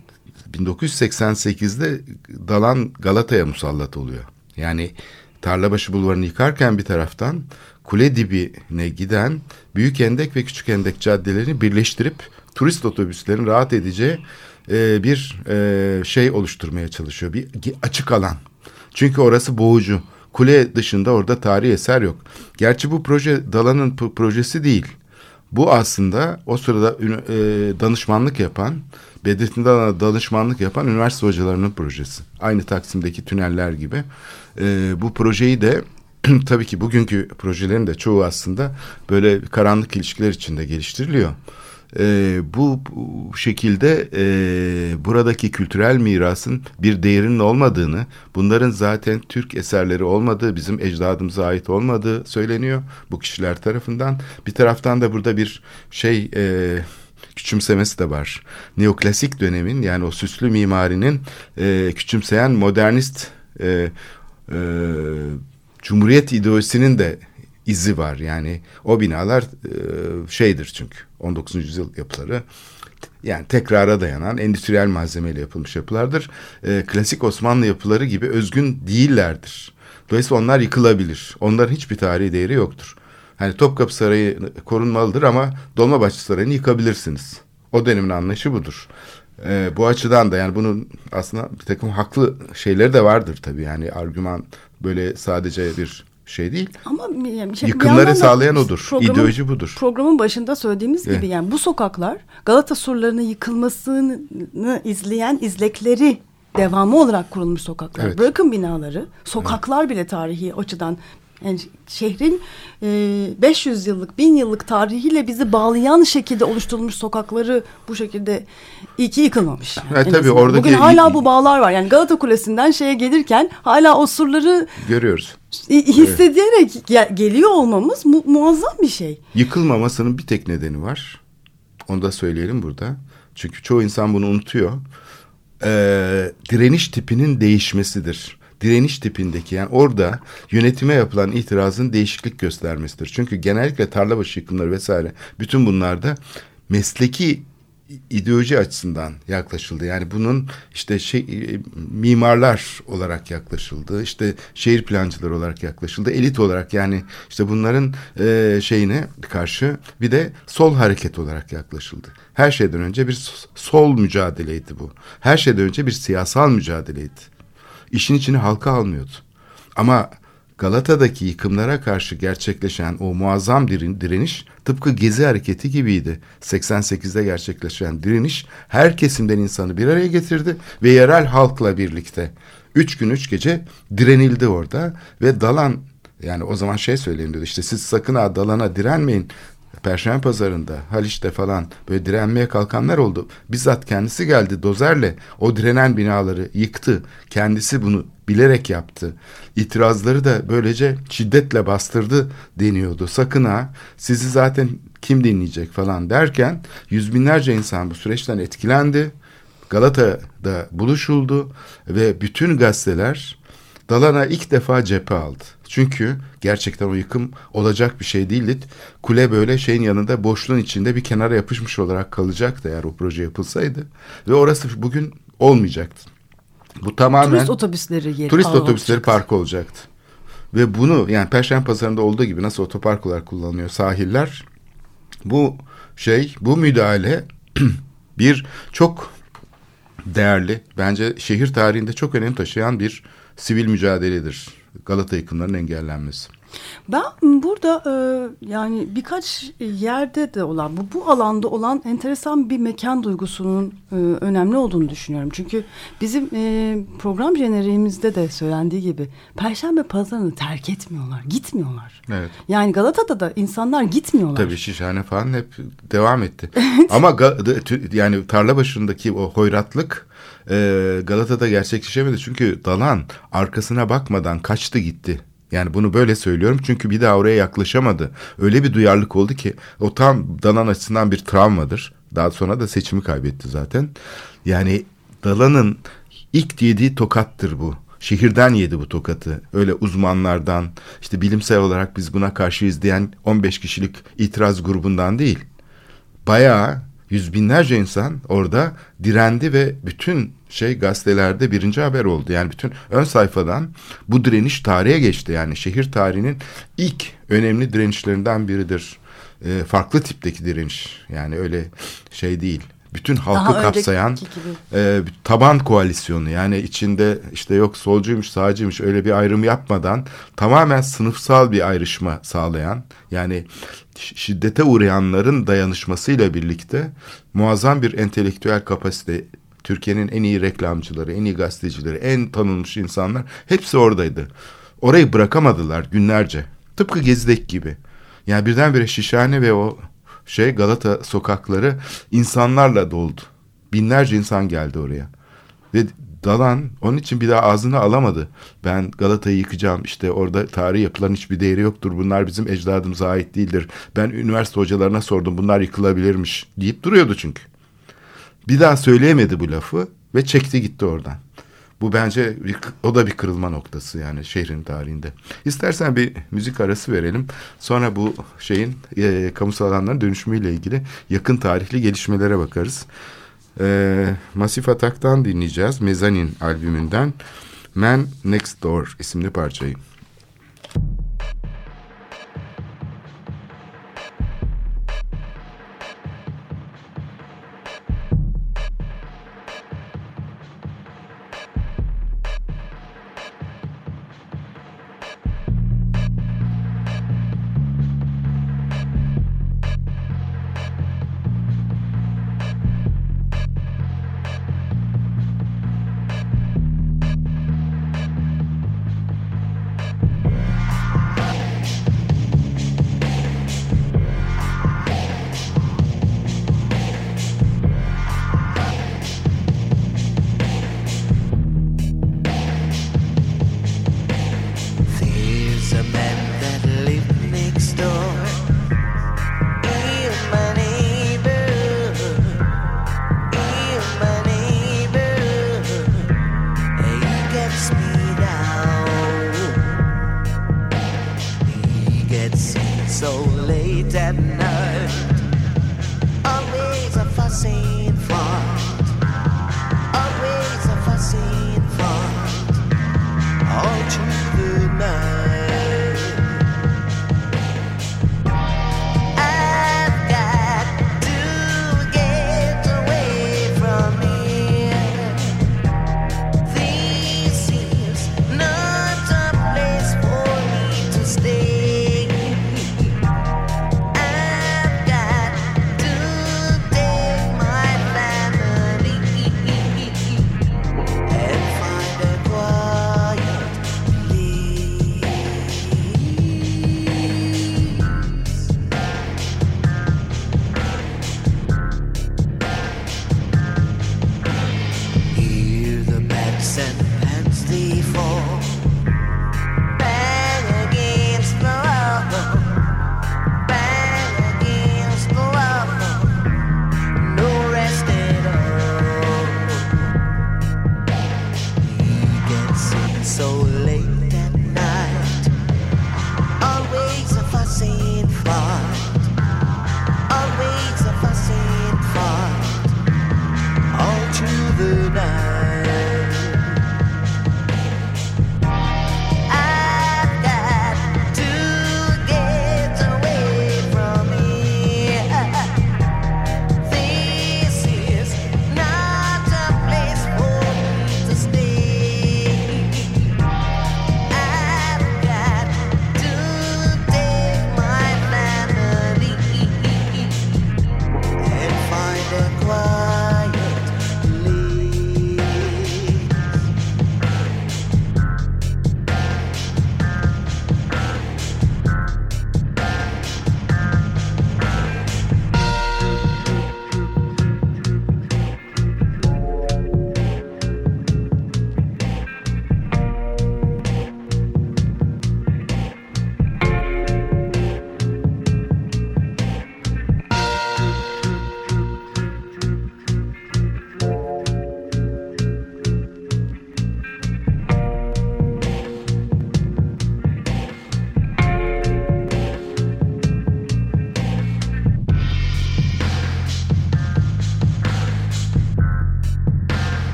1988'de Dalan Galata'ya musallat oluyor. Yani Tarlabaşı Bulvarı'nı yıkarken bir taraftan kule dibine giden Büyükendek ve Küçükendek caddelerini birleştirip turist otobüslerin rahat edeceği bir oluşturmaya çalışıyor. Bir açık alan. Çünkü orası boğucu. Kule dışında orada tarihi eser yok. Gerçi bu proje Dalan'ın projesi değil. Bu aslında o sırada danışmanlık yapan, Bedrettin Dalan'a danışmanlık yapan üniversite hocalarının projesi. Aynı Taksim'deki tüneller gibi. Bu projeyi de tabii ki bugünkü projelerin de çoğu aslında böyle karanlık ilişkiler içinde geliştiriliyor. Bu şekilde buradaki kültürel mirasın bir değerinin olmadığını, bunların zaten Türk eserleri olmadığı, bizim ecdadımıza ait olmadığı söyleniyor bu kişiler tarafından. Bir taraftan da burada bir küçümsemesi de var. Neoklasik dönemin, yani o süslü mimarinin küçümseyen modernist Cumhuriyet ideolojisinin de izi var. Yani o binalar çünkü 19. yüzyıl yapıları, yani tekrara dayanan endüstriyel malzemeyle yapılmış yapılardır. Klasik Osmanlı yapıları gibi özgün değillerdir. Dolayısıyla onlar yıkılabilir. Onların hiçbir tarihi değeri yoktur. Hani Topkapı Sarayı korunmalıdır ama Dolmabahçe Sarayı'nı yıkabilirsiniz. O dönemin anlayışı budur. Bu açıdan da yani bunun aslında bir takım haklı şeyleri de vardır tabii. Yani argüman böyle sadece bir şey değil. Ama yıkımları sağlayan odur. İdeoloji budur. Programın başında söylediğimiz gibi yani bu sokaklar Galata surlarının yıkılmasını izleyen izlekleri devamı olarak kurulmuş sokaklar. Evet. Bırakın binaları, sokaklar bile tarihi açıdan, yani şehrin 500 yıllık, 1000 yıllık tarihiyle bizi bağlayan şekilde oluşturulmuş sokakları bu şekilde iyi ki yıkılmamış. Yani tabii oradaki bugün hala bu bağlar var. Yani Galata Kulesi'nden gelirken hala o surları görüyoruz. Hissederek geliyor olmamız muazzam bir şey. Yıkılmamasının bir tek nedeni var. Onu da söyleyelim burada. Çünkü çoğu insan bunu unutuyor. Direniş tipinin değişmesidir. Direniş tipindeki, yani orada yönetime yapılan itirazın değişiklik göstermesidir. Çünkü genellikle Tarlabaşı yıkımları vesaire, bütün bunlarda mesleki ideoloji açısından yaklaşıldı. Yani bunun mimarlar olarak yaklaşıldı. Şehir plancıları olarak yaklaşıldı. Elit olarak, yani bunların şeyine karşı bir de sol hareket olarak yaklaşıldı. Her şeyden önce bir sol mücadeleydi bu. Her şeyden önce bir siyasal mücadeleydi. İşin içine halka almıyordu. Ama Galata'daki yıkımlara karşı gerçekleşen o muazzam direniş tıpkı Gezi Hareketi gibiydi. 88'de gerçekleşen direniş her kesimden insanı bir araya getirdi ve yerel halkla birlikte 3 gün 3 gece direnildi orada ve Dalan, yani o zaman söyleyeyim dedi, siz sakın ha Dalan'a direnmeyin. Perşembe Pazarı'nda, Haliç'te falan böyle direnmeye kalkanlar oldu. Bizzat kendisi geldi dozerle, o direnen binaları yıktı. Kendisi bunu bilerek yaptı. İtirazları da böylece şiddetle bastırdı deniyordu. Sakın ha, sizi zaten kim dinleyecek falan derken yüz binlerce insan bu süreçten etkilendi. Galata'da buluşuldu ve bütün gazeteler Dalan'a ilk defa cephe aldı. Çünkü gerçekten o yıkım olacak bir şey değildi. Kule böyle yanında, boşluğun içinde bir kenara yapışmış olarak kalacaktı eğer o proje yapılsaydı. Ve orası bugün olmayacaktı. Bu tamamen Turist otobüsleri yeri turist kalabalık otobüsleri olacak. parkı olacaktı. Ve bunu yani Perşembe Pazarı'nda olduğu gibi nasıl otopark olarak kullanılıyor sahiller, bu müdahale bir çok değerli, bence şehir tarihinde çok önem taşıyan bir sivil mücadeledir. Galata yıkımlarının engellenmesi. Ben burada yani birkaç yerde de olan bu alanda olan enteresan bir mekan duygusunun önemli olduğunu düşünüyorum. Çünkü bizim program jeneriğimizde de söylendiği gibi Perşembe Pazarı'nı terk etmiyorlar, gitmiyorlar. Evet. Yani Galata'da da insanlar gitmiyorlar. Tabii Şişhane falan hep devam etti. Ama yani tarla başındaki o hoyratlık Galata'da gerçekleşemedi. Çünkü Dalan arkasına bakmadan kaçtı gitti. Yani bunu böyle söylüyorum çünkü bir daha oraya yaklaşamadı. Öyle bir duyarlılık oldu ki o tam Dalan açısından bir travmadır. Daha sonra da seçimi kaybetti zaten. Yani Dalan'ın ilk yediği tokattır bu. Şehirden yedi bu tokatı. Öyle uzmanlardan, işte bilimsel olarak biz buna karşıyız diyen 15 kişilik itiraz grubundan değil. Bayağı yüz binlerce insan orada direndi ve bütün gazetelerde birinci haber oldu. Yani bütün ön sayfadan bu direniş tarihe geçti. Yani şehir tarihinin ilk önemli direnişlerinden biridir. Farklı tipteki direniş. Yani öyle değil. Bütün halkı kapsayan taban koalisyonu, yani içinde işte yok solcuymuş sağcıymış öyle bir ayrım yapmadan tamamen sınıfsal bir ayrışma sağlayan, yani şiddete uğrayanların dayanışmasıyla birlikte muazzam bir entelektüel kapasite, Türkiye'nin en iyi reklamcıları, en iyi gazetecileri, en tanınmış insanlar hepsi oradaydı. Orayı bırakamadılar günlerce. Tıpkı Gezi'deki gibi. Yani birdenbire Şişhane ve o Galata sokakları insanlarla doldu. Binlerce insan geldi oraya. Ve Dalan onun için bir daha ağzını alamadı. Ben Galata'yı yıkacağım, işte orada tarihi yapılan hiçbir değeri yoktur. Bunlar bizim ecdadımıza ait değildir. Ben üniversite hocalarına sordum, bunlar yıkılabilirmiş deyip duruyordu çünkü. Bir daha söyleyemedi bu lafı ve çekti gitti oradan. Bu bence o da bir kırılma noktası yani şehrin tarihinde. İstersen bir müzik arası verelim. Sonra bu kamusal alanların dönüşümüyle ilgili yakın tarihli gelişmelere bakarız. Massive Attack'tan dinleyeceğiz. Mezzanine albümünden Man Next Door isimli parçayı.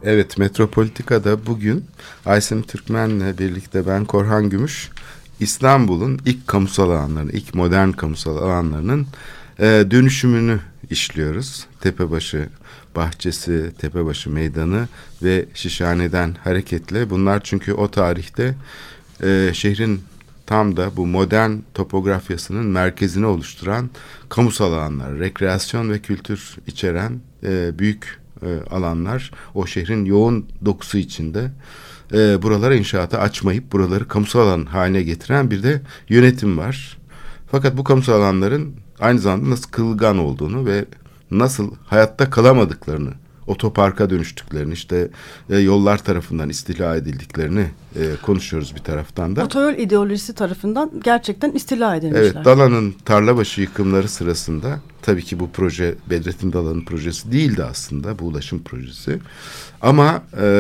Evet, Metropolitika'da bugün Aysim Türkmen'le birlikte ben Korhan Gümüş, İstanbul'un ilk kamusal alanlarının, ilk modern kamusal alanlarının dönüşümünü işliyoruz. Tepebaşı bahçesi, Tepebaşı meydanı ve Şişhane'den hareketle bunlar, çünkü o tarihte şehrin tam da bu modern topografyasının merkezini oluşturan kamusal alanlar, rekreasyon ve kültür içeren büyük alanlar, o şehrin yoğun dokusu içinde buralara inşaata açmayıp buraları kamusal alan haline getiren bir de yönetim var. Fakat bu kamusal alanların aynı zamanda nasıl kırılgan olduğunu ve nasıl hayatta kalamadıklarını, otoparka dönüştüklerini, işte yollar tarafından istila edildiklerini konuşuyoruz bir taraftan da. Otoyol ideolojisi tarafından gerçekten istila edilmişler. Evet, Dala'nın Tarlabaşı yıkımları sırasında, tabii ki bu proje Bedrettin Dala'nın projesi değildi aslında, bu ulaşım projesi. Ama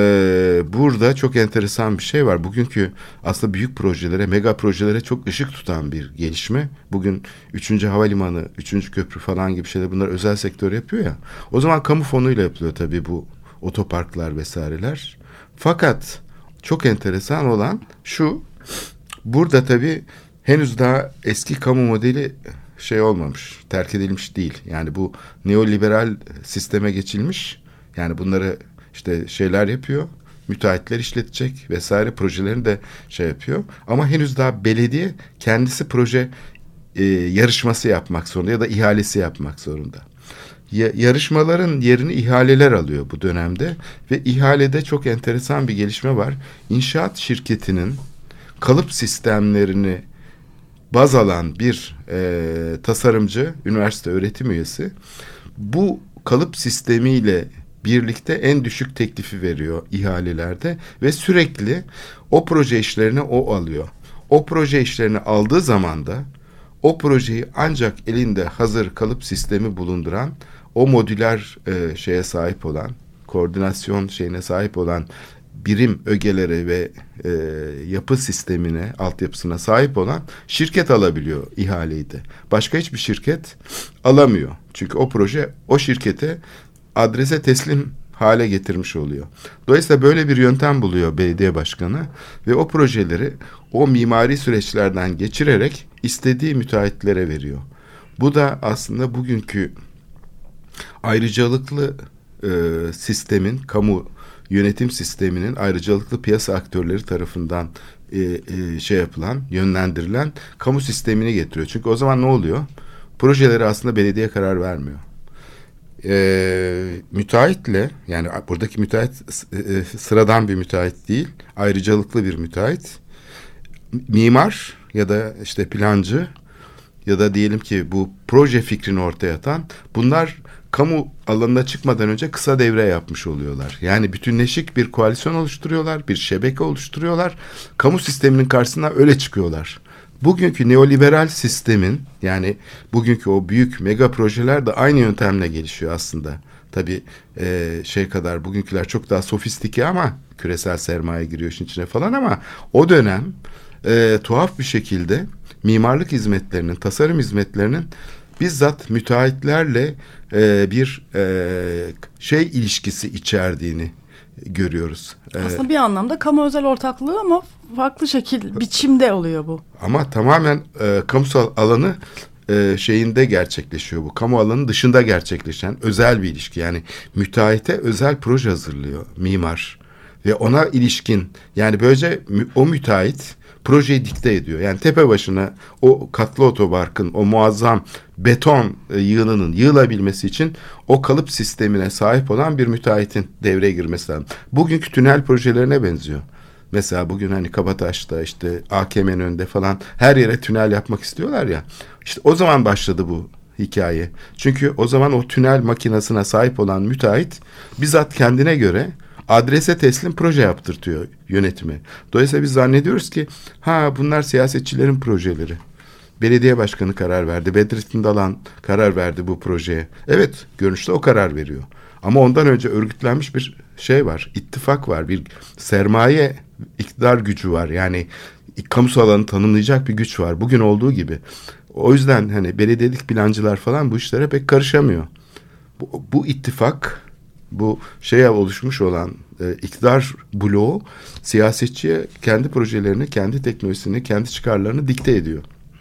burada çok enteresan bir şey var. Bugünkü aslında büyük projelere, mega projelere çok ışık tutan bir gelişme. Bugün 3. havalimanı, 3. köprü falan gibi şeyler, bunlar özel sektör yapıyor ya. O zaman kamu fonuyla yapılıyor tabii bu otoparklar vesaireler. Fakat çok enteresan olan şu, burada tabii henüz daha eski kamu modeli şey olmamış, terk edilmiş değil. Yani bu neoliberal sisteme geçilmiş. Yani bunları işte şeyler yapıyor, müteahhitler işletecek vesaire, projelerini de şey yapıyor. Ama henüz daha belediye kendisi proje yarışması yapmak zorunda ya da ihalesi yapmak zorunda. Yarışmaların yerini ihaleler alıyor bu dönemde ve ihalede çok enteresan bir gelişme var. İnşaat şirketinin kalıp sistemlerini baz alan bir tasarımcı, üniversite öğretim üyesi bu kalıp sistemiyle birlikte en düşük teklifi veriyor ihalelerde ve sürekli o proje işlerini o alıyor. O proje işlerini aldığı zaman da o projeyi ancak elinde hazır kalıp sistemi bulunduran, o modüler şeye sahip olan, koordinasyon şeyine sahip olan birim ögelere ve yapı sistemine, altyapısına sahip olan şirket alabiliyor ihaleyi de. Başka hiçbir şirket alamıyor. Çünkü o proje o şirkete adrese teslim hale getirmiş oluyor. Dolayısıyla böyle bir yöntem buluyor belediye başkanı ve o projeleri o mimari süreçlerden geçirerek istediği müteahhitlere veriyor. Bu da aslında bugünkü ayrıcalıklı sistemin, kamu yönetim sisteminin ayrıcalıklı piyasa aktörleri tarafından şey yapılan, yönlendirilen kamu sistemini getiriyor. Çünkü o zaman ne oluyor? Projeleri aslında belediye karar vermiyor. Müteahhitle, yani buradaki müteahhit sıradan bir müteahhit değil, ayrıcalıklı bir müteahhit, mimar ya da işte plancı ya da diyelim ki bu proje fikrini ortaya atan, bunlar kamu alanına çıkmadan önce kısa devre yapmış oluyorlar. Yani bütünleşik bir koalisyon oluşturuyorlar, bir şebeke oluşturuyorlar. Kamu sisteminin karşısına öyle çıkıyorlar. Bugünkü neoliberal sistemin, yani bugünkü o büyük mega projeler de aynı yöntemle gelişiyor aslında. Tabii şey kadar, bugünküler çok daha sofistike ama küresel sermaye giriyor işin içine falan, ama o dönem tuhaf bir şekilde mimarlık hizmetlerinin, tasarım hizmetlerinin bizzat müteahhitlerle bir şey ilişkisi içerdiğini görüyoruz. Aslında bir anlamda kamu özel ortaklığı ama farklı biçimde oluyor bu. Ama tamamen kamusal alanı şeyinde gerçekleşiyor bu. Kamu alanının dışında gerçekleşen özel bir ilişki. Yani müteahhite özel proje hazırlıyor mimar ve ona ilişkin, yani böylece o müteahhit projeyi dikte ediyor. Yani tepe başına o katlı otoparkın, o muazzam beton yığınının yığılabilmesi için o kalıp sistemine sahip olan bir müteahhitin devreye girmesi lazım. Bugünkü tünel projelerine benziyor. Mesela bugün hani Kabataş'ta, işte AKM'nin önünde falan her yere tünel yapmak istiyorlar ya. İşte o zaman başladı bu hikaye. Çünkü o zaman o tünel makinesine sahip olan müteahhit bizzat kendine göre adrese teslim proje yaptırtıyor yönetime. Dolayısıyla biz zannediyoruz ki bunlar siyasetçilerin projeleri. Belediye başkanı karar verdi. Bedrettin Dalan karar verdi bu projeye. Evet, görünüşte o karar veriyor. Ama ondan önce örgütlenmiş bir şey var. İttifak var. Bir sermaye iktidar gücü var. Yani kamusal alanı tanımlayacak bir güç var. Bugün olduğu gibi. O yüzden hani belediyelik plancılar falan bu işlere pek karışamıyor. Bu ittifak bu şeye oluşmuş olan iktidar bloğu siyasetçiye kendi projelerini, kendi teknolojisini, kendi çıkarlarını dikte ediyor.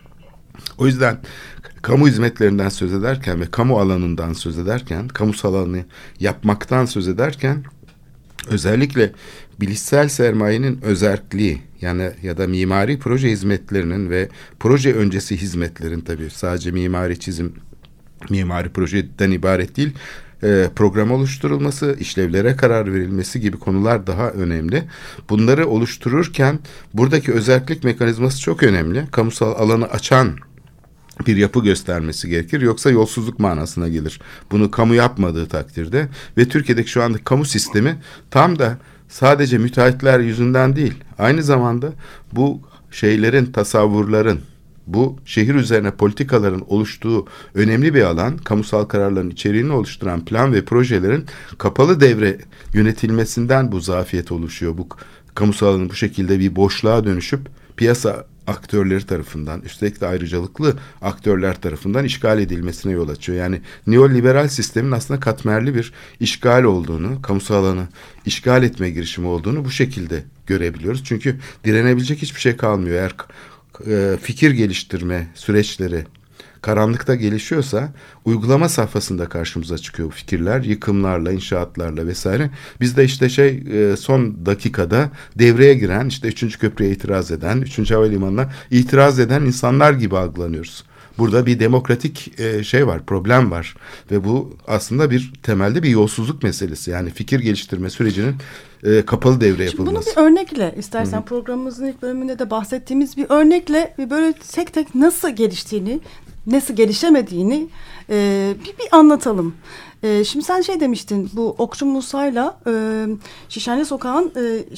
O yüzden kamu hizmetlerinden söz ederken ve kamu alanından söz ederken, kamusal alanı yapmaktan söz ederken özellikle bilişsel sermayenin özerkliği yani ya da mimari proje hizmetlerinin ve proje öncesi hizmetlerin tabii sadece mimari çizim, mimari projeden ibaret değil, program oluşturulması, işlevlere karar verilmesi gibi konular daha önemli. Bunları oluştururken buradaki özerklik mekanizması çok önemli. Kamusal alanı açan bir yapı göstermesi gerekir. Yoksa yolsuzluk manasına gelir. Bunu kamu yapmadığı takdirde ve Türkiye'deki şu andaki kamu sistemi tam da sadece müteahhitler yüzünden değil, aynı zamanda bu şeylerin, tasavvurların, bu şehir üzerine politikaların oluştuğu önemli bir alan, kamusal kararların içeriğini oluşturan plan ve projelerin kapalı devre yönetilmesinden bu zafiyet oluşuyor. Bu kamusal alanın bu şekilde bir boşluğa dönüşüp piyasa aktörleri tarafından, üstelik de ayrıcalıklı aktörler tarafından işgal edilmesine yol açıyor. Yani neoliberal sistemin aslında katmerli bir işgal olduğunu, kamusal alanı işgal etme girişimi olduğunu bu şekilde görebiliyoruz. Çünkü direnebilecek hiçbir şey kalmıyor. Eğer fikir geliştirme süreçleri karanlıkta gelişiyorsa uygulama safhasında karşımıza çıkıyor bu fikirler, yıkımlarla, inşaatlarla vesaire. Biz de işte son dakikada devreye giren, işte 3. köprüye itiraz eden, 3. havalimanına itiraz eden insanlar gibi algılanıyoruz. Burada bir demokratik problem var ve bu aslında temelde bir yolsuzluk meselesi. Yani fikir geliştirme sürecinin kapalı devre yapılması. Bunu bir örnekle istersen programımızın ilk bölümünde de bahsettiğimiz bir örnekle böyle tek tek nasıl geliştiğini, nasıl gelişemediğini bir anlatalım. Şimdi sen demiştin, bu Okçu Musa'yla Şişhane Sokağı'nın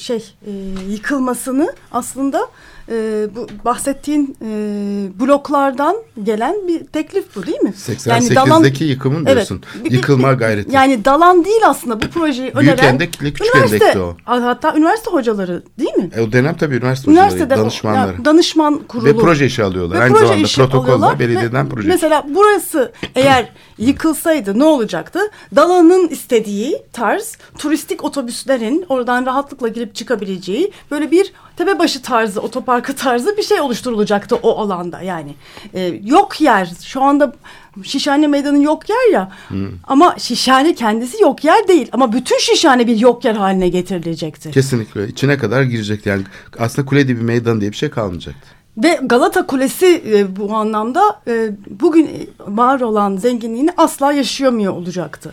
yıkılmasını aslında bu bahsettiğin bloklardan gelen bir teklif bu değil mi? 88'deki yıkımın diyorsun. Evet, yıkılma gayreti. Yani Dalan değil aslında bu projeyi öneren. Büyükendekli, Küçükendek'ti o. Hatta üniversite hocaları değil mi? O dönem tabii üniversite hocaları, danışmanları. Yani danışman kurulu. Ve proje işi alıyorlar. Aynı zamanda protokolla belediyeden proje. Mesela burası eğer yıkılsaydı ne olacaktı? Dalan'ın istediği tarz turistik otobüslerin oradan rahatlıkla girip çıkabileceği böyle bir tepebaşı tarzı, otoparkı tarzı bir şey oluşturulacaktı o alanda. Yani yok yer. Şu anda Şişhane Meydanı yok yer ya. Ama Şişhane kendisi yok yer değil. Ama bütün Şişhane bir yok yer haline getirilecekti. Kesinlikle. İçine kadar girecekti. Yani aslında Kuledibi Meydanı diye bir şey kalmayacaktı. Ve Galata Kulesi bu anlamda bugün var olan zenginliğini asla yaşayamıyor olacaktı.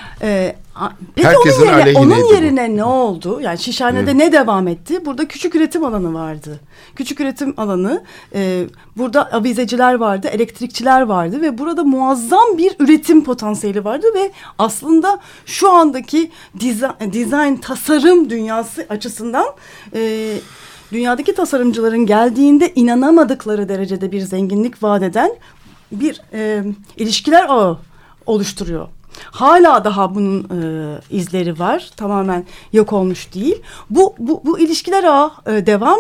Peki onun yerine ne oldu? Yani Şişhane'de ne devam etti? Burada küçük üretim alanı vardı. Küçük üretim alanı, burada avizeciler vardı, elektrikçiler vardı ve burada muazzam bir üretim potansiyeli vardı ve aslında şu andaki dizayn, tasarım dünyası açısından dünyadaki tasarımcıların geldiğinde inanamadıkları derecede bir zenginlik vaat eden bir ilişkiler ağı oluşturuyor. Hala daha bunun izleri var. Tamamen yok olmuş değil. Bu ilişkiler ağı devam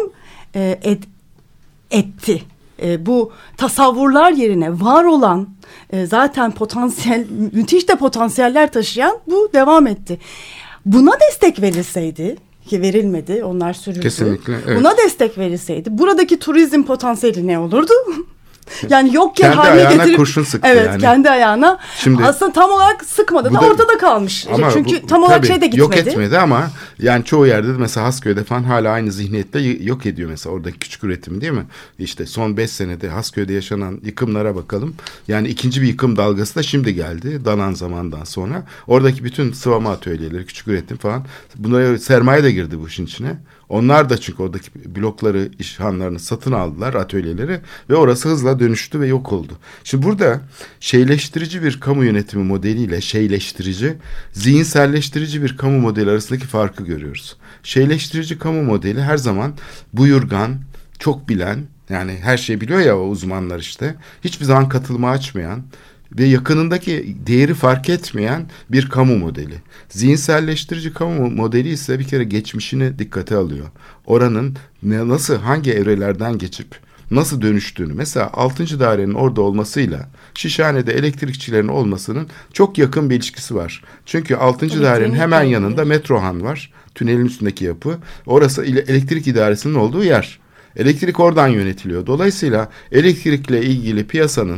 etti. Bu tasavvurlar yerine var olan zaten müthiş de potansiyeller taşıyan bu devam etti. Buna destek verilseydi, ki verilmedi, onlar sürüldü. Kesinlikle, evet. Buna destek verilseydi buradaki turizm potansiyeli ne olurdu? Yani yok kendi haline ayağına getirip kurşun sıktı evet, yani. Kendi ayağına. Şimdi, aslında tam olarak sıkmadı da ortada kalmış. Çünkü tam olarak de gitmedi. Yok etmedi ama yani çoğu yerde de mesela Hasköy'de falan hala aynı zihniyette yok ediyor mesela oradaki küçük üretim değil mi? İşte son 5 senede Hasköy'de yaşanan yıkımlara bakalım. Yani ikinci bir yıkım dalgası da şimdi geldi. Danan zamandan sonra. Oradaki bütün sıvama atölyeleri, küçük üretim falan, bunlara sermaye de girdi bu işin içine. Onlar da çünkü oradaki blokları, işhanlarını satın aldılar, atölyeleri ve orası hızla dönüştü ve yok oldu. Şimdi burada şeyleştirici bir kamu yönetimi modeliyle zihinselleştirici bir kamu modeli arasındaki farkı görüyoruz. Şeyleştirici kamu modeli her zaman buyurgan, çok bilen, yani her şeyi biliyor ya o uzmanlar işte, hiçbir zaman katılıma açmayan ve yakınındaki değeri fark etmeyen bir kamu modeli. Zihinselleştirici kamu modeli ise bir kere geçmişini dikkate alıyor. Oranın hangi evrelerden geçip nasıl dönüştüğünü, mesela 6. dairenin orada olmasıyla Şişhane'de elektrikçilerin olmasının çok yakın bir ilişkisi var. Çünkü 6. dairenin hemen yanında Metrohan var. Tünelin üstündeki yapı. Orası elektrik idaresinin olduğu yer. Elektrik oradan yönetiliyor. Dolayısıyla elektrikle ilgili piyasanın,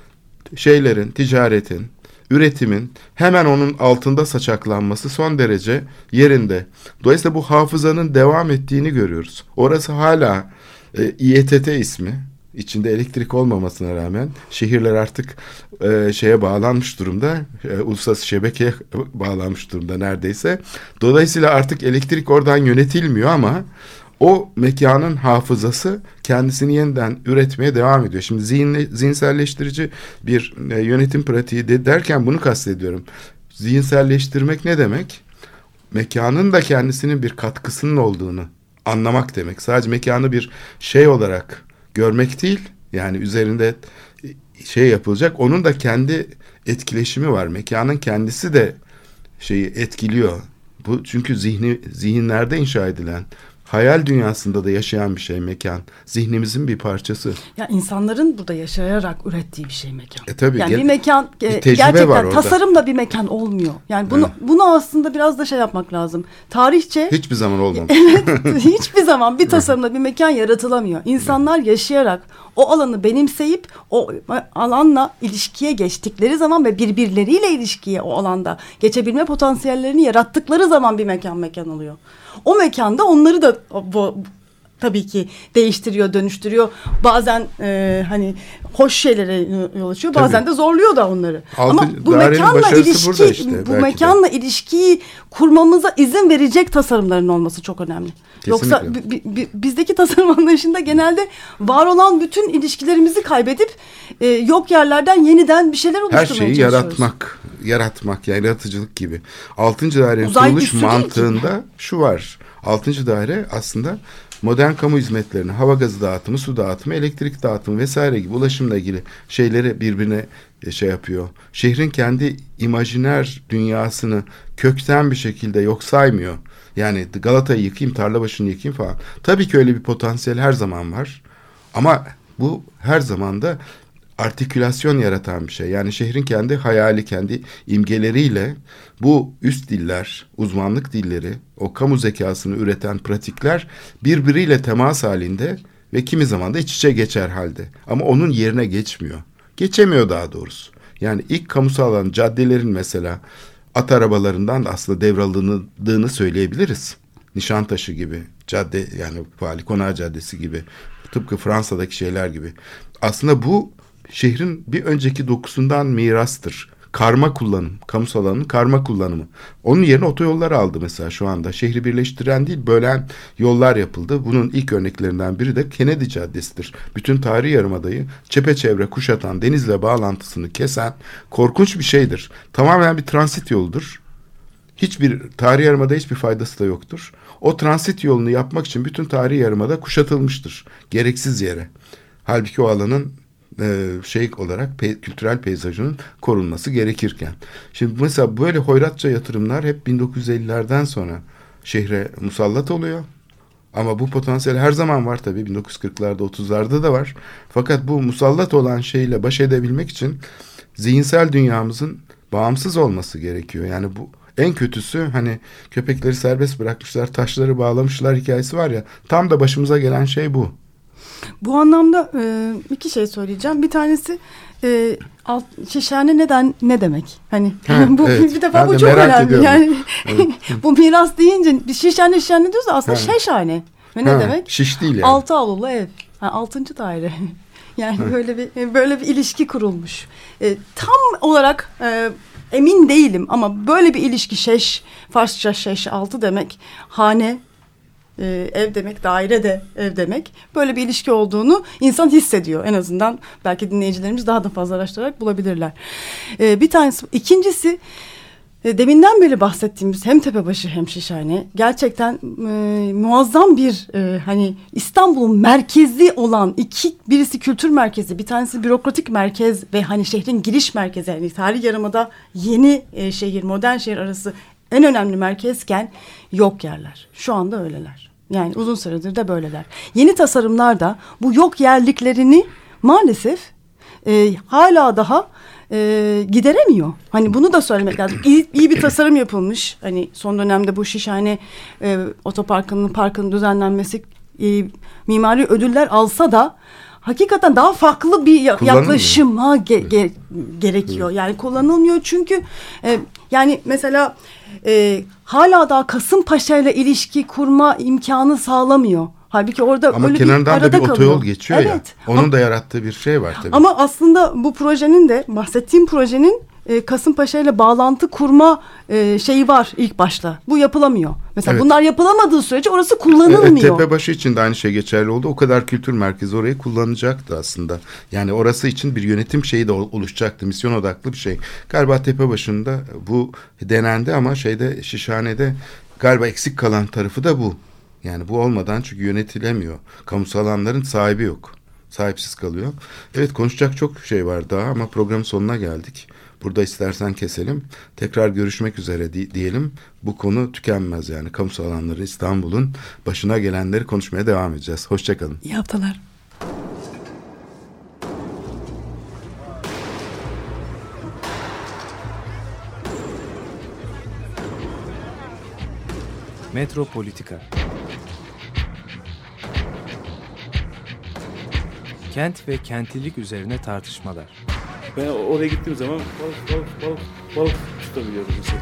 ticaretin, üretimin hemen onun altında saçaklanması son derece yerinde. Dolayısıyla bu hafızanın devam ettiğini görüyoruz. Orası hala İETT ismi. İçinde elektrik olmamasına rağmen şehirler artık şeye bağlanmış durumda. Uluslararası şebekeye bağlanmış durumda neredeyse. Dolayısıyla artık elektrik oradan yönetilmiyor ama o mekanın hafızası kendisini yeniden üretmeye devam ediyor. Şimdi zihinselleştirici bir yönetim pratiği derken bunu kastediyorum. Zihinselleştirmek ne demek? Mekanın da kendisinin bir katkısının olduğunu anlamak demek. Sadece mekanı bir şey olarak görmek değil, yani üzerinde yapılacak. Onun da kendi etkileşimi var. Mekanın kendisi de şeyi etkiliyor. Bu çünkü zihinlerde inşa edilen, hayal dünyasında da yaşayan bir şey mekan. Zihnimizin bir parçası. Ya insanların burada yaşayarak ürettiği bir şey mekan. Tabii. Yani bir mekan gerçekten tasarımla bir mekan olmuyor. Yani bunu aslında biraz da yapmak lazım. Tarihçe hiçbir zaman olmamış. Evet, hiçbir zaman bir tasarımla bir mekan yaratılamıyor. İnsanlar yaşayarak o alanı benimseyip o alanla ilişkiye geçtikleri zaman ve birbirleriyle ilişkiye o alanda geçebilme potansiyellerini yarattıkları zaman bir mekan oluyor. O mekanda onları da tabii ki değiştiriyor, dönüştürüyor. Bazen hani hoş şeylere yol açıyor, bazen de zorluyor da onları. Ama bu mekanla mekanla ilişkiyi kurmamıza izin verecek tasarımların olması çok önemli. Kesinlikle. Yoksa bizdeki tasarım anlayışında genelde var olan bütün ilişkilerimizi kaybedip yok yerlerden yeniden bir şeyler oluşturmaya çalışıyoruz. Her şeyi yaratmak, yani yaratıcılık gibi. 6. dairenin kuruluş mantığında şu var. 6. daire aslında modern kamu hizmetlerini, hava gazı dağıtımı, su dağıtımı, elektrik dağıtımı vesaire gibi ulaşımla ilgili şeyleri birbirine yapıyor. Şehrin kendi imajiner dünyasını kökten bir şekilde yok saymıyor. Yani Galata'yı yıkayım, Tarlabaşı'nı yıkayım falan. Tabii ki öyle bir potansiyel her zaman var. Ama bu her zaman da artikülasyon yaratan bir şey. Yani şehrin kendi hayali, kendi imgeleriyle bu üst diller, uzmanlık dilleri, o kamu zekasını üreten pratikler birbiriyle temas halinde ve kimi zaman da iç içe geçer halde. Ama onun yerine geçmiyor. Geçemiyor daha doğrusu. Yani ilk kamusal alan caddelerin mesela at arabalarından da aslında devralındığını söyleyebiliriz. Nişantaşı gibi cadde, yani Vali Konağı Caddesi gibi, tıpkı Fransa'daki şeyler gibi. Aslında bu şehrin bir önceki dokusundan mirastır. Karma kullanım, kamusal alanın karma kullanımı. Onun yerine otoyollar aldı mesela şu anda. Şehri birleştiren değil, bölen yollar yapıldı. Bunun ilk örneklerinden biri de Kennedy Caddesi'dir. Bütün tarihi yarımadayı çepeçevre kuşatan, denizle bağlantısını kesen korkunç bir şeydir. Tamamen bir transit yoludur. Tarihi yarımada hiçbir faydası da yoktur. O transit yolunu yapmak için bütün tarihi yarımada kuşatılmıştır. Gereksiz yere. Halbuki o alanın olarak kültürel peyzajının korunması gerekirken. Şimdi mesela böyle hoyratça yatırımlar hep 1950'lerden sonra şehre musallat oluyor. Ama bu potansiyel her zaman var tabii. 1940'larda 30'larda da var. Fakat bu musallat olan şeyle baş edebilmek için zihinsel dünyamızın bağımsız olması gerekiyor. Yani bu en kötüsü, hani köpekleri serbest bırakmışlar, taşları bağlamışlar hikayesi var ya, tam da başımıza gelen şey bu. Bu anlamda iki şey söyleyeceğim. Bir tanesi Şişhane ne demek? Hani bu evet. Bir defa bu çok önemli. Yani bu miras deyince Şişhane diyorsa aslında Şişhane. Ne demek? Şiş değil yani. 6 avlulu ev. 6. daire. Yani böyle bir ilişki kurulmuş. Tam olarak emin değilim ama böyle bir ilişki Farsça 6 demek. Hane ev demek, daire de ev demek. Böyle bir ilişki olduğunu insan hissediyor. En azından belki dinleyicilerimiz daha da fazla araştırarak bulabilirler. Bir tanesi. İkincisi, deminden beri bahsettiğimiz hem Tepebaşı hem Şişhane gerçekten muazzam bir hani İstanbul'un merkezi olan birisi kültür merkezi, bir tanesi bürokratik merkez ve hani şehrin giriş merkezi, yani tarihi yarımada yeni şehir, modern şehir arası en önemli merkezken yok yerler. Şu anda öyleler. Yani uzun süredir de böyleler. Yeni tasarımlar da bu yok yerliklerini maalesef hala daha gideremiyor. Hani bunu da söylemek lazım. İyi bir tasarım yapılmış. Hani son dönemde bu Şişhane parkının düzenlenmesi mimari ödüller alsa da hakikaten daha farklı bir yaklaşıma gerekiyor. Yani kullanılmıyor çünkü yani mesela hala daha Kasımpaşa ile ilişki kurma imkanı sağlamıyor. Halbuki orada ama öyle kenarından da bir otoyol geçiyor ya. Evet. Onun da yarattığı bir şey var tabii. Ama aslında bu projenin de bahsettiğim projenin Kasımpaşa ile bağlantı kurma şeyi var ilk başta. Bu yapılamıyor. Mesela Evet. bunlar yapılamadığı sürece orası kullanılmıyor. Tepebaşı için de aynı şey geçerli oldu. O kadar kültür merkezi orayı kullanacaktı aslında. Yani orası için bir yönetim şeyi de oluşacaktı. Misyon odaklı bir şey. Galiba Tepebaşı'nda bu denendi ama Şişhane'de galiba eksik kalan tarafı da bu. Yani bu olmadan çünkü yönetilemiyor. Kamusal alanların sahibi yok. Sahipsiz kalıyor. Evet, konuşacak çok şey var daha ama programın sonuna geldik. Burada istersen keselim. Tekrar görüşmek üzere diyelim. Bu konu tükenmez yani. Kamusal alanları İstanbul'un başına gelenleri konuşmaya devam edeceğiz. Hoşçakalın. İyi haftalar. Metropolitika. Kent ve kentlilik üzerine tartışmalar. Ben oraya gittiğim zaman balık tutabiliyorum mesela.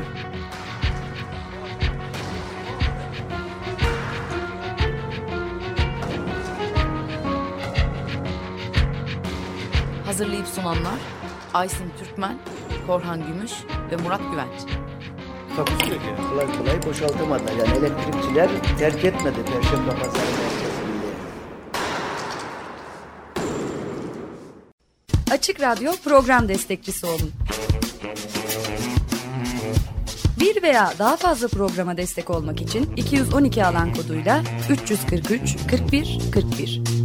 Hazırlayıp sunanlar Aysin Türkmen, Korhan Gümüş ve Murat Güvenç. Takusu yok yani. Kolay kolay boşaltamadılar. Yani elektrikçiler terk etmedi Perşembe Pazarı merkezini. Açık Radyo program destekçisi olun. Bir veya daha fazla programa destek olmak için 212 alan koduyla 343 41 41